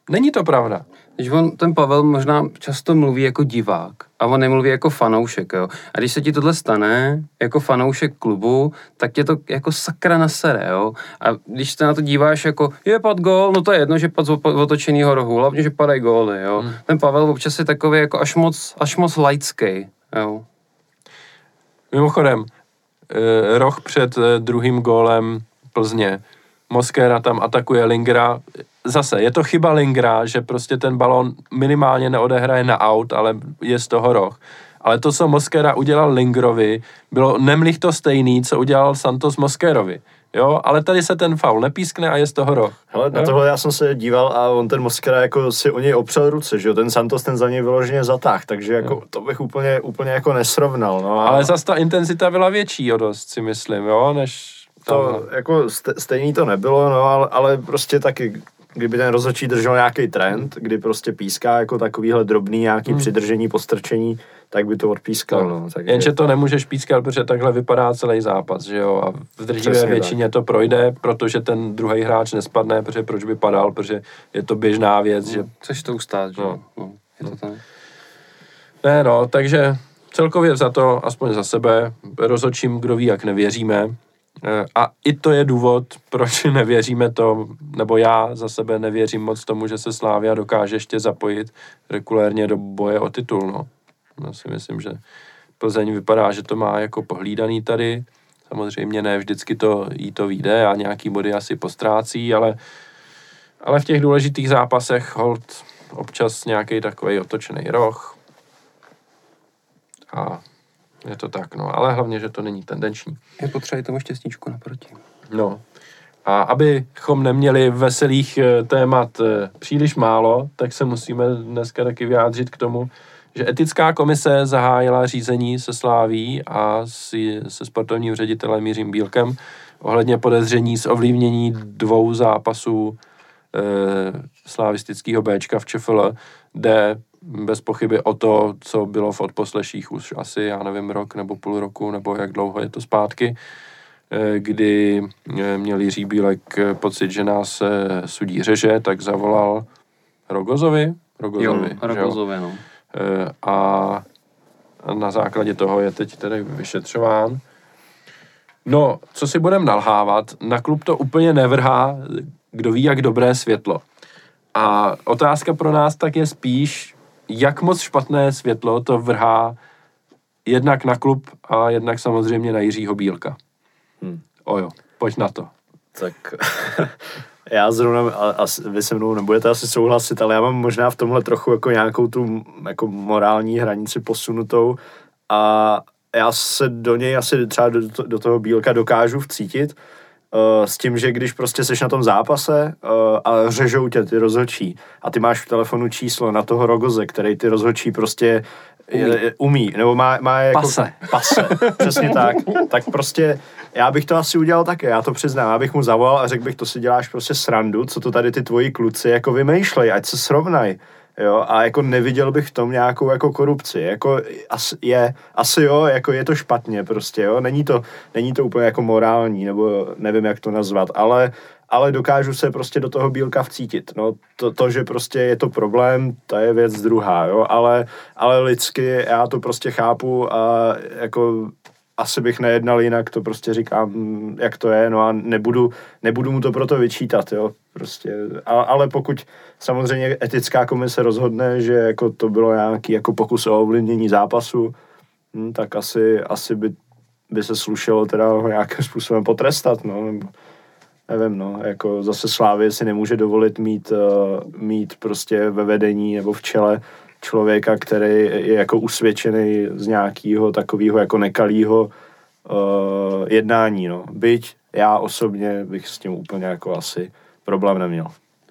Není to pravda. Když ten Pavel možná často mluví jako divák a on nemluví jako fanoušek, jo. A když se ti tohle stane jako fanoušek klubu, tak tě to jako sakra nasere, jo. A když se na to díváš jako, je pad gól, no to je jedno, že pad z otočenýho rohu, hlavně, že padají góly, jo. Ten Pavel občas je takový jako až moc laický, jo. Mimochodem, roh před druhým gólem Plzně. Mosquera tam atakuje Lingera. Zase, je to chyba Lingera, že prostě ten balón minimálně neodehraje na out, ale je z toho roh. Ale to, co Mosquera udělal Lingerovi, bylo nemlich to stejný, co udělal Santos Mosquerovi. Jo, ale tady se ten faul nepískne a je z toho roh. Hele, na tohle já jsem se díval a on ten Mosquera jako si o něj opřel ruce, že jo, ten Santos ten za něj vyloženě zatáh, takže jako to bych úplně jako nesrovnal, no. Ale zase ta intenzita byla větší o dost, si myslím, jo, než to jako stejný to nebylo, no, ale prostě taky, kdyby ten rozhodčí držel nějaký trend, kdy prostě píská jako takovýhle drobný nějaký přidržení, postrčení, tak by to odpískal, no. Takže... Jenže to nemůžeš pískat, protože takhle vypadá celý zápas, že jo, a v drtivé většině to projde, protože ten druhý hráč nespadne, protože proč by padal, protože je to běžná věc, že... Chceš to ustát, že jo, je to tak. Ne, no, takže celkově za to, aspoň za sebe, rozhodčím, kdo ví, jak nevěříme. A i to je důvod, proč nevěříme to, nebo já za sebe nevěřím moc tomu, že se Slavia dokáže ještě zapojit regulérně do boje o titul, no. Já si myslím, že Plzeň vypadá, že to má jako pohlídaný tady. Samozřejmě ne vždycky jí to vyjde a nějaký body asi postrácí, ale v těch důležitých zápasech hold občas nějaký takový otočený roh. A je to tak, no, ale hlavně, že to není tendenční. Je potřeba tomu štěstíčku naproti. No. A abychom neměli veselých témat příliš málo, tak se musíme dneska taky vyjádřit k tomu, že etická komise zahájila řízení se Slaví a se sportovním ředitelem Jiřím Bílkem ohledně podezření z ovlivnění 2 zápasů slavistického Bčka v ČFL, jde bez pochyby o to, co bylo v odposleších už asi, já nevím, rok nebo půl roku, nebo jak dlouho je to zpátky, kdy měl Jiří Bílek pocit, že nás sudí řeže, tak zavolal Rogozovi, no. A na základě toho je teď tedy vyšetřován. No, co si budeme nalhávat, na klub to úplně nevrhá, kdo ví, jak dobré světlo. A otázka pro nás tak je spíš, jak moc špatné světlo to vrhá jednak na klub a jednak samozřejmě na Jiřího Bílka. Ojo, pojď na to. Tak já zrovna, a vy se mnou nebudete asi souhlasit, ale já mám možná v tomhle trochu jako nějakou tu jako morální hranici posunutou a já se do něj asi třeba do toho Bílka dokážu vcítit, s tím, že když prostě seš na tom zápase a řežou tě ty rozhodčí a ty máš v telefonu číslo na toho Rogoze, který ty rozhodčí prostě umí nebo má jako... Pase, přesně tak. Tak prostě já bych to asi udělal také, já to přiznám, já bych mu zavolal a řekl bych, to si děláš prostě srandu, co to tady ty tvoji kluci jako vymýšlej, ať se srovnají. Jo, a jako neviděl bych v tom nějakou jako korupci, jako asi jo, jako je to špatně prostě, jo, není to úplně jako morální, nebo nevím, jak to nazvat, ale dokážu se prostě do toho Bílka vcítit, no, to, že prostě je to problém, to je věc druhá, jo, ale lidsky já to prostě chápu a jako asi bych nejednal jinak, to prostě říkám, jak to je, no a nebudu mu to proto vyčítat, jo, prostě, ale pokud samozřejmě etická komise rozhodne, že jako to bylo nějaký jako pokus o ovlivnění zápasu, tak asi by se slušelo teda ho nějakým způsobem potrestat, no, nebo nevím, no, jako zase Slavie si nemůže dovolit mít prostě ve vedení nebo v čele člověka, který je jako usvědčený z nějakého takového jako nekalýho jednání, no. Byť já osobně bych s tím úplně jako asi problém neměl.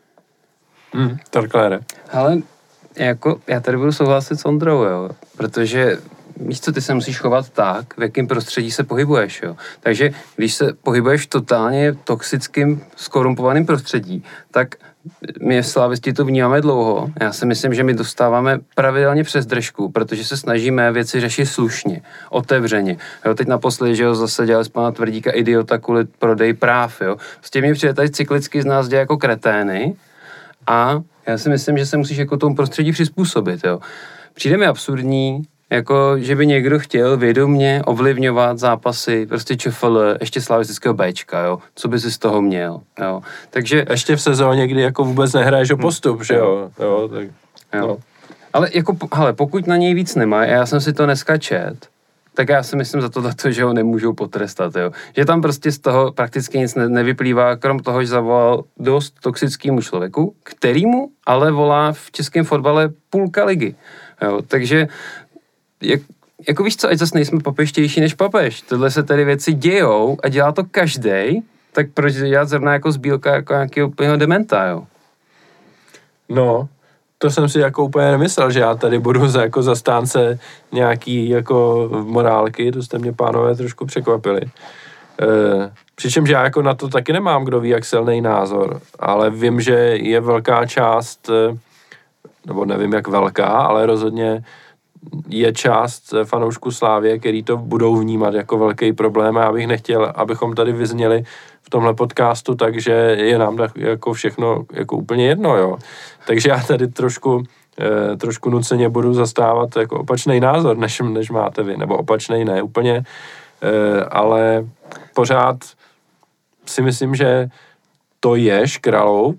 Torklére. Ale jako já tady budu souhlasit s Ondrou, jo, protože víš co, ty se musíš chovat tak, v jakém prostředí se pohybuješ, jo. Takže když se pohybuješ v totálně toxickým, skorumpovaným prostředí, tak my slavisti to vnímáme dlouho. Já si myslím, že my dostáváme pravidelně přes držku, protože se snažíme věci řešit slušně, otevřeně. Jo, teď naposledy, že jo, zase dělali z pana Tvrdíka idiota kvůli prodej práv, jo. S těmi přijde tady cyklicky z nás dělá jako kretény a Já si myslím, že se musíš jako tomu prostředí přizpůsobit, jo. Přijde mi absurdní, jako, že by někdo chtěl vědomě ovlivňovat zápasy prostě ČFL, ještě slavistického Bčka, jo. Co by si z toho měl, jo. Takže... Ještě v sezóně, kdy jako vůbec nehraješ o postup, že jo. Jo, tak, jo. no. Ale jako, hele, pokud na něj víc nemá, já jsem si to dneska čet, tak já si myslím za to, že ho nemůžou potrestat, jo. Že tam prostě z toho prakticky nic nevyplývá, krom toho, že zavolal dost toxickému člověku, kterýmu ale volá v českém fotbale půlka ligy, jo. Takže jako víš co, ať zase nejsme papeštější než papež. Tohle se tady věci dějou a dělá to každej, tak proč dělat zrovna jako z Bílka jako nějakého úplného dementa, jo? No, to jsem si jako úplně nemyslel, že já tady budu jako zastánce nějaký jako morálky, to jste mě, pánové, trošku překvapili. Přičemž já jako na to taky nemám, kdo ví, jak silný názor, ale vím, že je velká část, nebo nevím, jak velká, ale rozhodně je část fanoušků Slávie, který to budou vnímat jako velký problém a já bych nechtěl, abychom tady vyzněli v tomhle podcastu, takže je nám jako všechno jako úplně jedno, jo. Takže já tady trošku nuceně budu zastávat jako opačný názor, než máte vy, nebo opačný ne úplně, ale pořád si myslím, že to je škraloup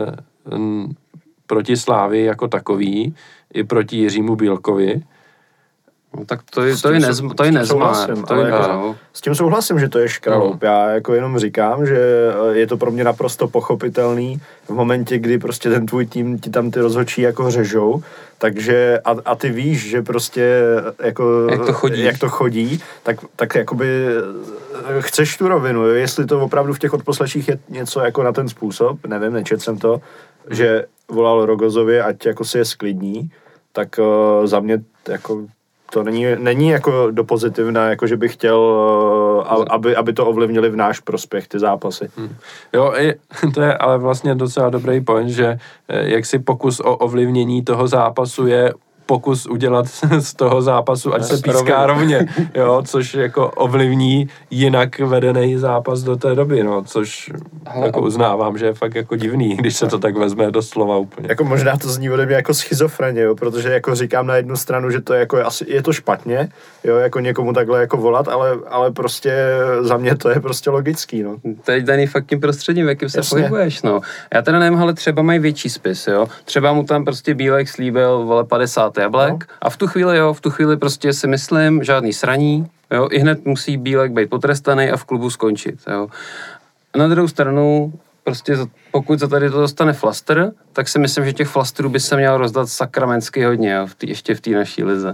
proti Slávii jako takový, i proti Jiřímu Bílkovi. No, tak to je nezmá. S tím souhlasím, že to je škraloup. Já jako jenom říkám, že je to pro mě naprosto pochopitelný v momentě, kdy prostě ten tvůj tým ti tam ty rozhodčí jako řežou, takže a ty víš, že prostě jako jak to chodí, tak jakoby chceš tu rovinu, jo? Jestli to opravdu v těch odposleších je něco jako na ten způsob, nevím, nečet jsem to, že volal Rogozovi, ať jako si je sklidní, tak za mě jako to není jako do pozitivna, jako že bych chtěl, aby to ovlivnili v náš prospěch ty zápasy. Jo, to je ale vlastně docela dobrý point, že jaksi pokus o ovlivnění toho zápasu je pokus udělat z toho zápasu, ať se píská rovně, jo, což jako ovlivní jinak vedený zápas do té doby, no, což jako uznávám, že je fakt jako divný, když se to tak vezme doslova úplně. Jako možná to zní ode mě jako schizofreně, jo, protože jako říkám na jednu stranu, že to je jako je to špatně, jo, jako někomu takhle jako volat, ale prostě za mě to je prostě logický, no. To je daný fakt tím prostředím, jakým se pohybuješ, no. Já teda nevím, ale třeba mají větší spis, jo. Třeba mu tam prostě Bílek slíbil, vole, 50 jablek, no. A v tu chvíli prostě si myslím, žádný sraní, jo, i hned musí Bílek být potrestaný a v klubu skončit, jo. A na druhou stranu, prostě pokud za tady to dostane flaster, tak si myslím, že těch flasterů by se měl rozdat sakramensky hodně, jo, ještě v té naší lize.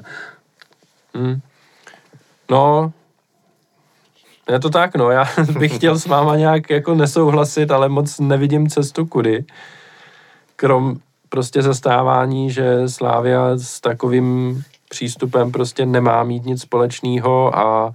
No, je to tak, no, já bych chtěl s váma nějak jako nesouhlasit, ale moc nevidím cestu kudy, krom prostě zastávání, že Slavia s takovým přístupem prostě nemá mít nic společného a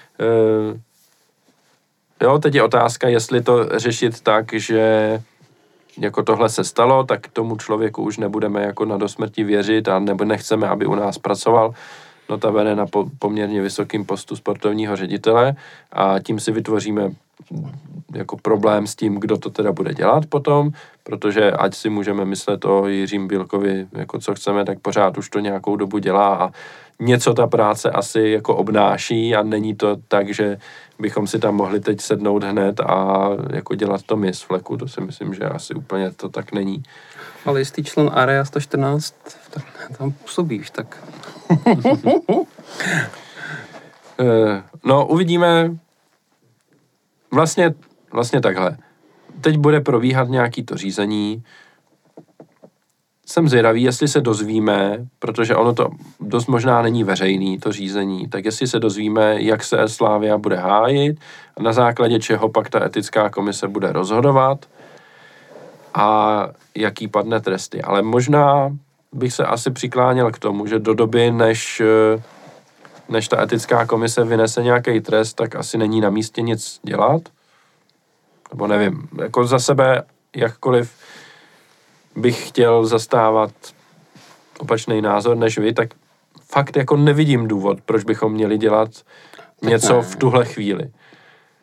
jo, teď je otázka, jestli to řešit tak, že jako tohle se stalo, tak tomu člověku už nebudeme jako na dosmrti věřit a nebo nechceme, aby u nás pracoval, notabene na poměrně vysokým postu sportovního ředitele a tím si vytvoříme jako problém s tím, kdo to teda bude dělat potom, protože ať si můžeme myslet o Jiřím Bílkovi, jako co chceme, tak pořád už to nějakou dobu dělá a něco ta práce asi jako obnáší a není to tak, že bychom si tam mohli teď sednout hned a jako dělat to my z fleku, to si myslím, že asi úplně to tak není. Ale jistý člen Area 114 tak tam působíš, tak... No, uvidíme. Vlastně takhle. Teď bude probíhat nějaký to řízení. Jsem zvědavý, jestli se dozvíme, protože ono to dost možná není veřejný, to řízení, tak jestli se dozvíme, jak se Slavia bude hájit a na základě čeho pak ta etická komise bude rozhodovat a jaký padne tresty. Ale možná bych se asi přikláněl k tomu, že do doby, než ta etická komise vynese nějaký trest, tak asi není na místě nic dělat. Nebo nevím, jako za sebe, jakkoliv bych chtěl zastávat opačný názor než vy, tak fakt jako nevidím důvod, proč bychom měli dělat něco v tuhle chvíli.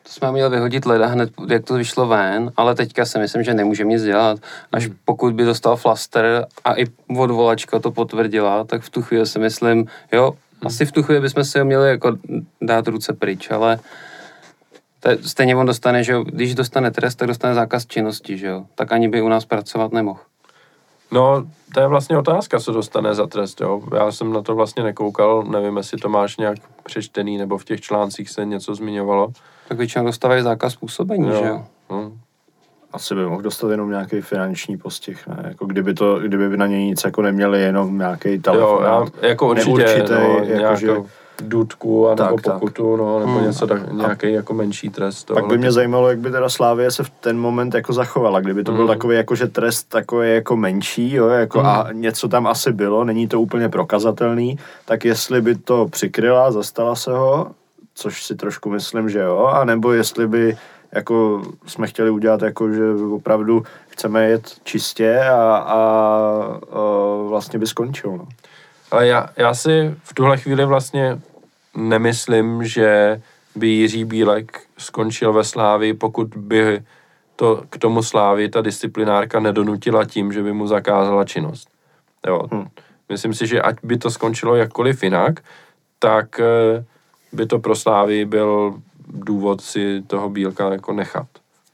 To jsme měli vyhodit leda hned, jak to vyšlo ven, ale teďka si myslím, že nemůžeme nic dělat. Až pokud by dostal flaster a i odvolačka to potvrdila, tak v tu chvíli si myslím, jo, asi v tu chvíli bychom si ho měli jako dát ruce pryč, ale stejně on dostane, že jo, když dostane trest, tak dostane zákaz činnosti, že jo, tak ani by u nás pracovat nemohl. No, to je vlastně otázka, co dostane za trest, jo. Já jsem na to vlastně nekoukal, nevím, jestli to máš nějak přečtený, nebo v těch článcích se něco zmiňovalo. Tak většinou dostávají zákaz působení, že jo. Asi by mohl dostat jenom nějaký finanční postih, ne? Jako kdyby na něj nic jako neměli, jenom nějaký telefonát. Jo, jako určitě, nějakou důtku a nebo pokutu, no, nebo něco tak, nějaký jako menší trest. Pak by mě zajímalo, jak by teda Slavie se v ten moment jako zachovala, kdyby to byl takový jako, že trest takový jako menší, jo, jako a něco tam asi bylo, není to úplně prokazatelný, tak jestli by to přikryla, zastala se ho, což si trošku myslím, že jo, anebo jestli by jako jsme chtěli udělat jako, že opravdu chceme jet čistě a vlastně by skončil, no. Ale já si v tuhle chvíli vlastně nemyslím, že by Jiří Bílek skončil ve Slávii, pokud by to k tomu Slávii ta disciplinárka nedonutila tím, že by mu zakázala činnost. Jo. Myslím si, že ať by to skončilo jakkoliv jinak, tak by to pro Slávii byl důvod si toho Bílka jako nechat.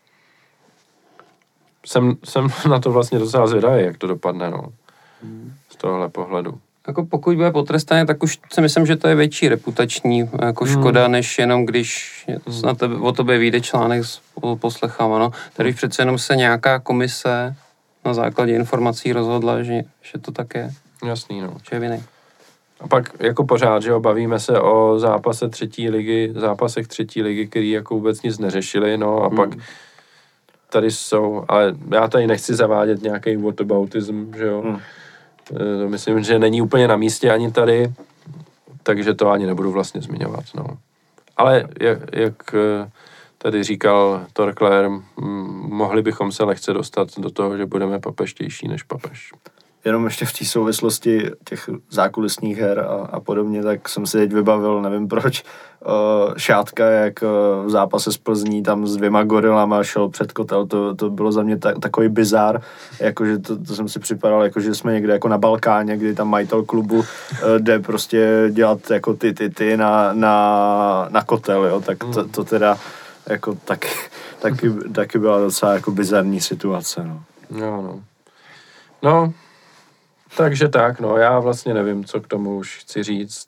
Jsem na to vlastně docela zvědavý, jak to dopadne, no. Z tohohle pohledu. Jako pokud bude potrestaný, tak už si myslím, že to je větší reputační jako škoda, než jenom když o tobě vyjde článek s poslechama, no. Tady přece jenom se nějaká komise na základě informací rozhodla, že to tak je. Jasný, no. Že je vinný. A pak jako pořád, že jo, bavíme se o zápasech třetí ligy, který jako vůbec nic neřešili, no a pak tady jsou, ale já tady nechci zavádět nějaký whataboutism, že jo. To myslím, že není úplně na místě ani tady, takže to ani nebudu vlastně zmiňovat, no. Ale jak tady říkal Torkler, mohli bychom se lehce dostat do toho, že budeme papeštější než papež. Jenom ještě v té souvislosti těch zákulisních her a podobně, tak jsem si teď vybavil, nevím proč, Šátka, jak v zápase s Plzní tam s 2 gorilama šel před kotel, to bylo za mě takový bizár, jakože to jsem si připadal, jakože jsme někde jako na Balkáně, kdy tam majitel klubu jde prostě dělat jako ty na kotel, jo, tak to teda jako taky byla docela jako bizarní situace, no. No, takže tak, no, já vlastně nevím, co k tomu už chci říct.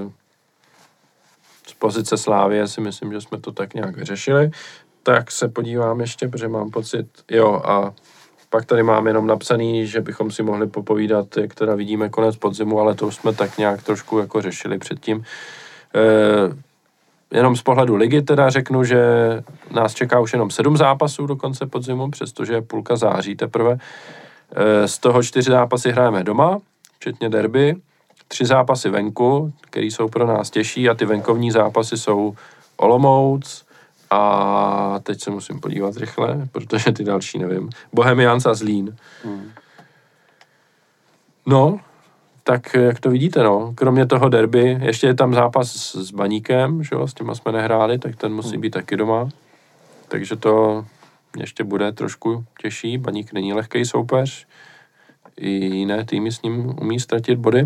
Z pozice Slávie si myslím, že jsme to tak nějak vyřešili. Tak se podívám ještě, protože mám pocit, jo, a pak tady mám jenom napsaný, že bychom si mohli popovídat, jak teda vidíme konec podzimu, ale to už jsme tak nějak trošku jako řešili předtím. Jenom z pohledu ligy teda řeknu, že nás čeká už jenom 7 zápasů do konce podzimu, přestože je půlka září teprve. Z toho 4 zápasy hrajeme doma, včetně derby, 3 zápasy venku, které jsou pro nás těžší, a ty venkovní zápasy jsou Olomouc a teď se musím podívat rychle, protože ty další nevím. Bohemians a Zlín. No, tak jak to vidíte, no, kromě toho derby, ještě je tam zápas s Baníkem, že jo, s těma jsme nehráli, tak ten musí být taky doma, takže to ještě bude trošku těžší. Baník není lehký soupeř, i jiné týmy s ním umí ztratit body.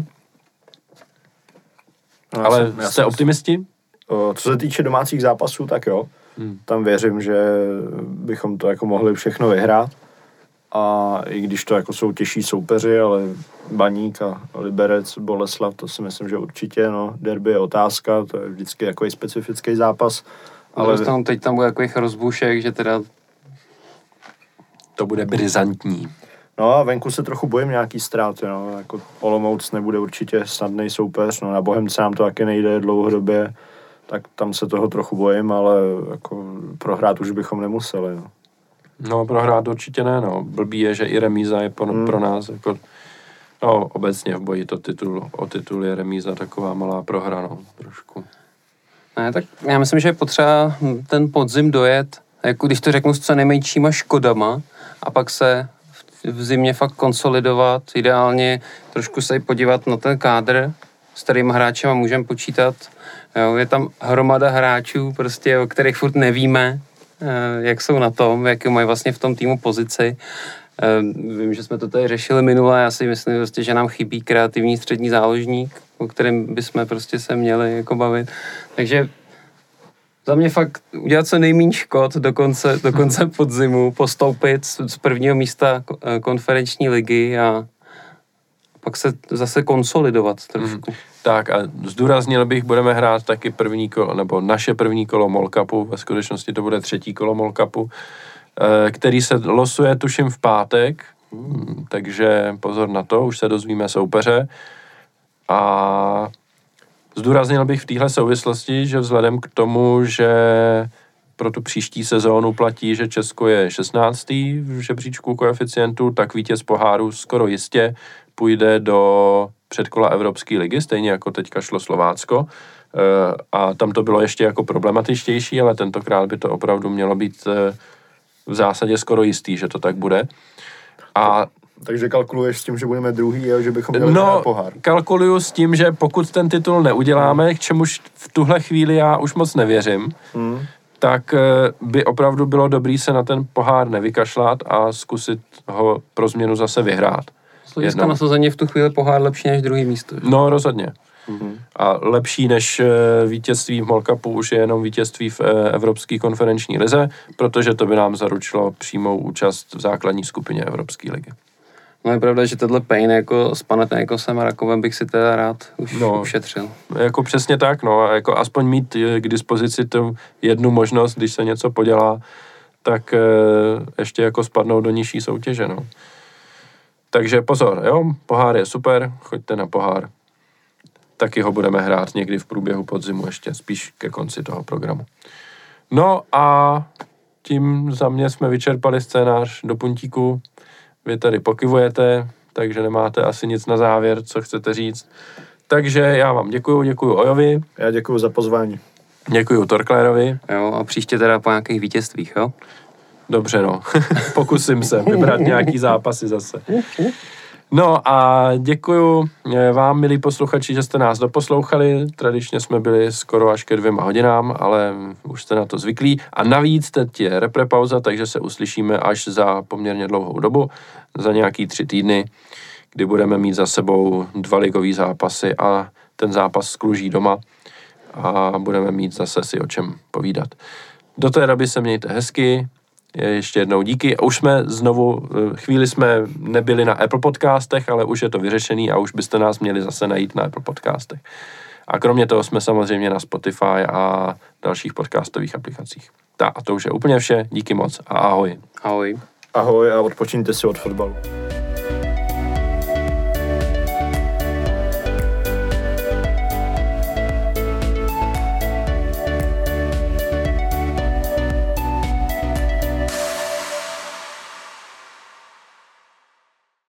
No, ale jste optimisti? Co se týče domácích zápasů, tak jo. Tam věřím, že bychom to jako mohli všechno vyhrát. A i když to jako jsou těžší soupeři, ale Baník a Liberec, Boleslav, to si myslím, že určitě, no, derby je otázka, to je vždycky jako specifický zápas. Ale teď tam bude takových rozbušek, že teda to bude brizantní. No a venku se trochu bojím nějaký ztráty, no, jako Olomouc nebude určitě snadný soupeř, no, na Bohemce nám to taky nejde dlouhodobě, tak tam se toho trochu bojím, ale jako prohrát už bychom nemuseli, no. No, prohrát určitě ne, no. Blbý je, že i remíza je pro nás, jako, no, obecně v boji o titul je remíza taková malá prohra, no, trošku. Ne, tak já myslím, že je potřeba ten podzim dojet, jako když to řeknu s co nejmenšíma škodama, a pak se v zimě fakt konsolidovat, ideálně trošku se podívat na ten kádr, s kterýma hráčema můžeme počítat. Jo, je tam hromada hráčů, prostě, o kterých furt nevíme, jak jsou na tom, jak mají vlastně v tom týmu pozici. Vím, že jsme to tady řešili minule, já si myslím, prostě, že nám chybí kreativní střední záložník, o kterém bychom prostě se měli jako bavit. Takže za mě fakt udělat co nejméně škod do konce podzimu, postoupit z prvního místa konferenční ligy a pak se zase konsolidovat trošku. Tak a zdůraznil bych, budeme hrát taky první kolo, nebo naše první kolo MOL Cupu, ve skutečnosti to bude 3. kolo MOL Cupu, který se losuje tuším v pátek, takže pozor na to, už se dozvíme soupeře. A zdůraznil bych v téhle souvislosti, že vzhledem k tomu, že pro tu příští sezónu platí, že Česko je 16. v žebříčku koeficientu, tak vítěz poháru skoro jistě půjde do předkola Evropské ligy, stejně jako teďka šlo Slovácko. A tam to bylo ještě jako problematičtější, ale tentokrát by to opravdu mělo být v zásadě skoro jistý, že to tak bude. Takže kalkuluješ s tím, že budeme druhý a že bychom měli hrát pohár? Kalkuluju s tím, že pokud ten titul neuděláme, k čemuž v tuhle chvíli já už moc nevěřím, tak by opravdu bylo dobrý se na ten pohár nevykašlat a zkusit ho pro změnu zase vyhrát. Sloviska nasazení v tu chvíli pohár lepší než druhý místo. Že? No, rozhodně. A lepší než vítězství v MOL Cupu už je jenom vítězství v Evropské konferenční lize, protože to by nám zaručilo přímou účast v základní skupině Evropské ligy. No je pravda, že tohle pain jako s Panathinaikosem a Rakovem bych si teda rád už ušetřil. Jako přesně tak, no, jako aspoň mít k dispozici tu jednu možnost, když se něco podělá, tak ještě jako spadnou do nižší soutěže, no. Takže pozor, jo, pohár je super, choďte na pohár. Taky ho budeme hrát někdy v průběhu podzimu, ještě spíš ke konci toho programu. No a tím za mě jsme vyčerpali scénář do puntíku. Vy tady pokyvujete, takže nemáte asi nic na závěr, co chcete říct. Takže já vám děkuju Ojovi. Já děkuju za pozvání. Děkuju Torklérovi. Jo, a příště teda po nějakých vítězstvích, jo? Dobře, no. Pokusím se vybrat nějaký zápasy zase. No a děkuju vám, milí posluchači, že jste nás doposlouchali. Tradičně jsme byli skoro až ke 2 hodinám, ale už jste na to zvyklí. A navíc teď je reprepauza, takže se uslyšíme až za poměrně dlouhou dobu, za nějaký 3 týdny, kdy budeme mít za sebou 2 ligový zápasy a ten zápas s Kluží doma a budeme mít zase si o čem povídat. Do té doby se mějte hezky. Ještě jednou díky. Už jsme znovu, chvíli jsme nebyli na Apple podcastech, ale už je to vyřešený a už byste nás měli zase najít na Apple podcastech. A kromě toho jsme samozřejmě na Spotify a dalších podcastových aplikacích. A to už je úplně vše. Díky moc a ahoj. Ahoj. Ahoj a odpočiňte si od fotbalu.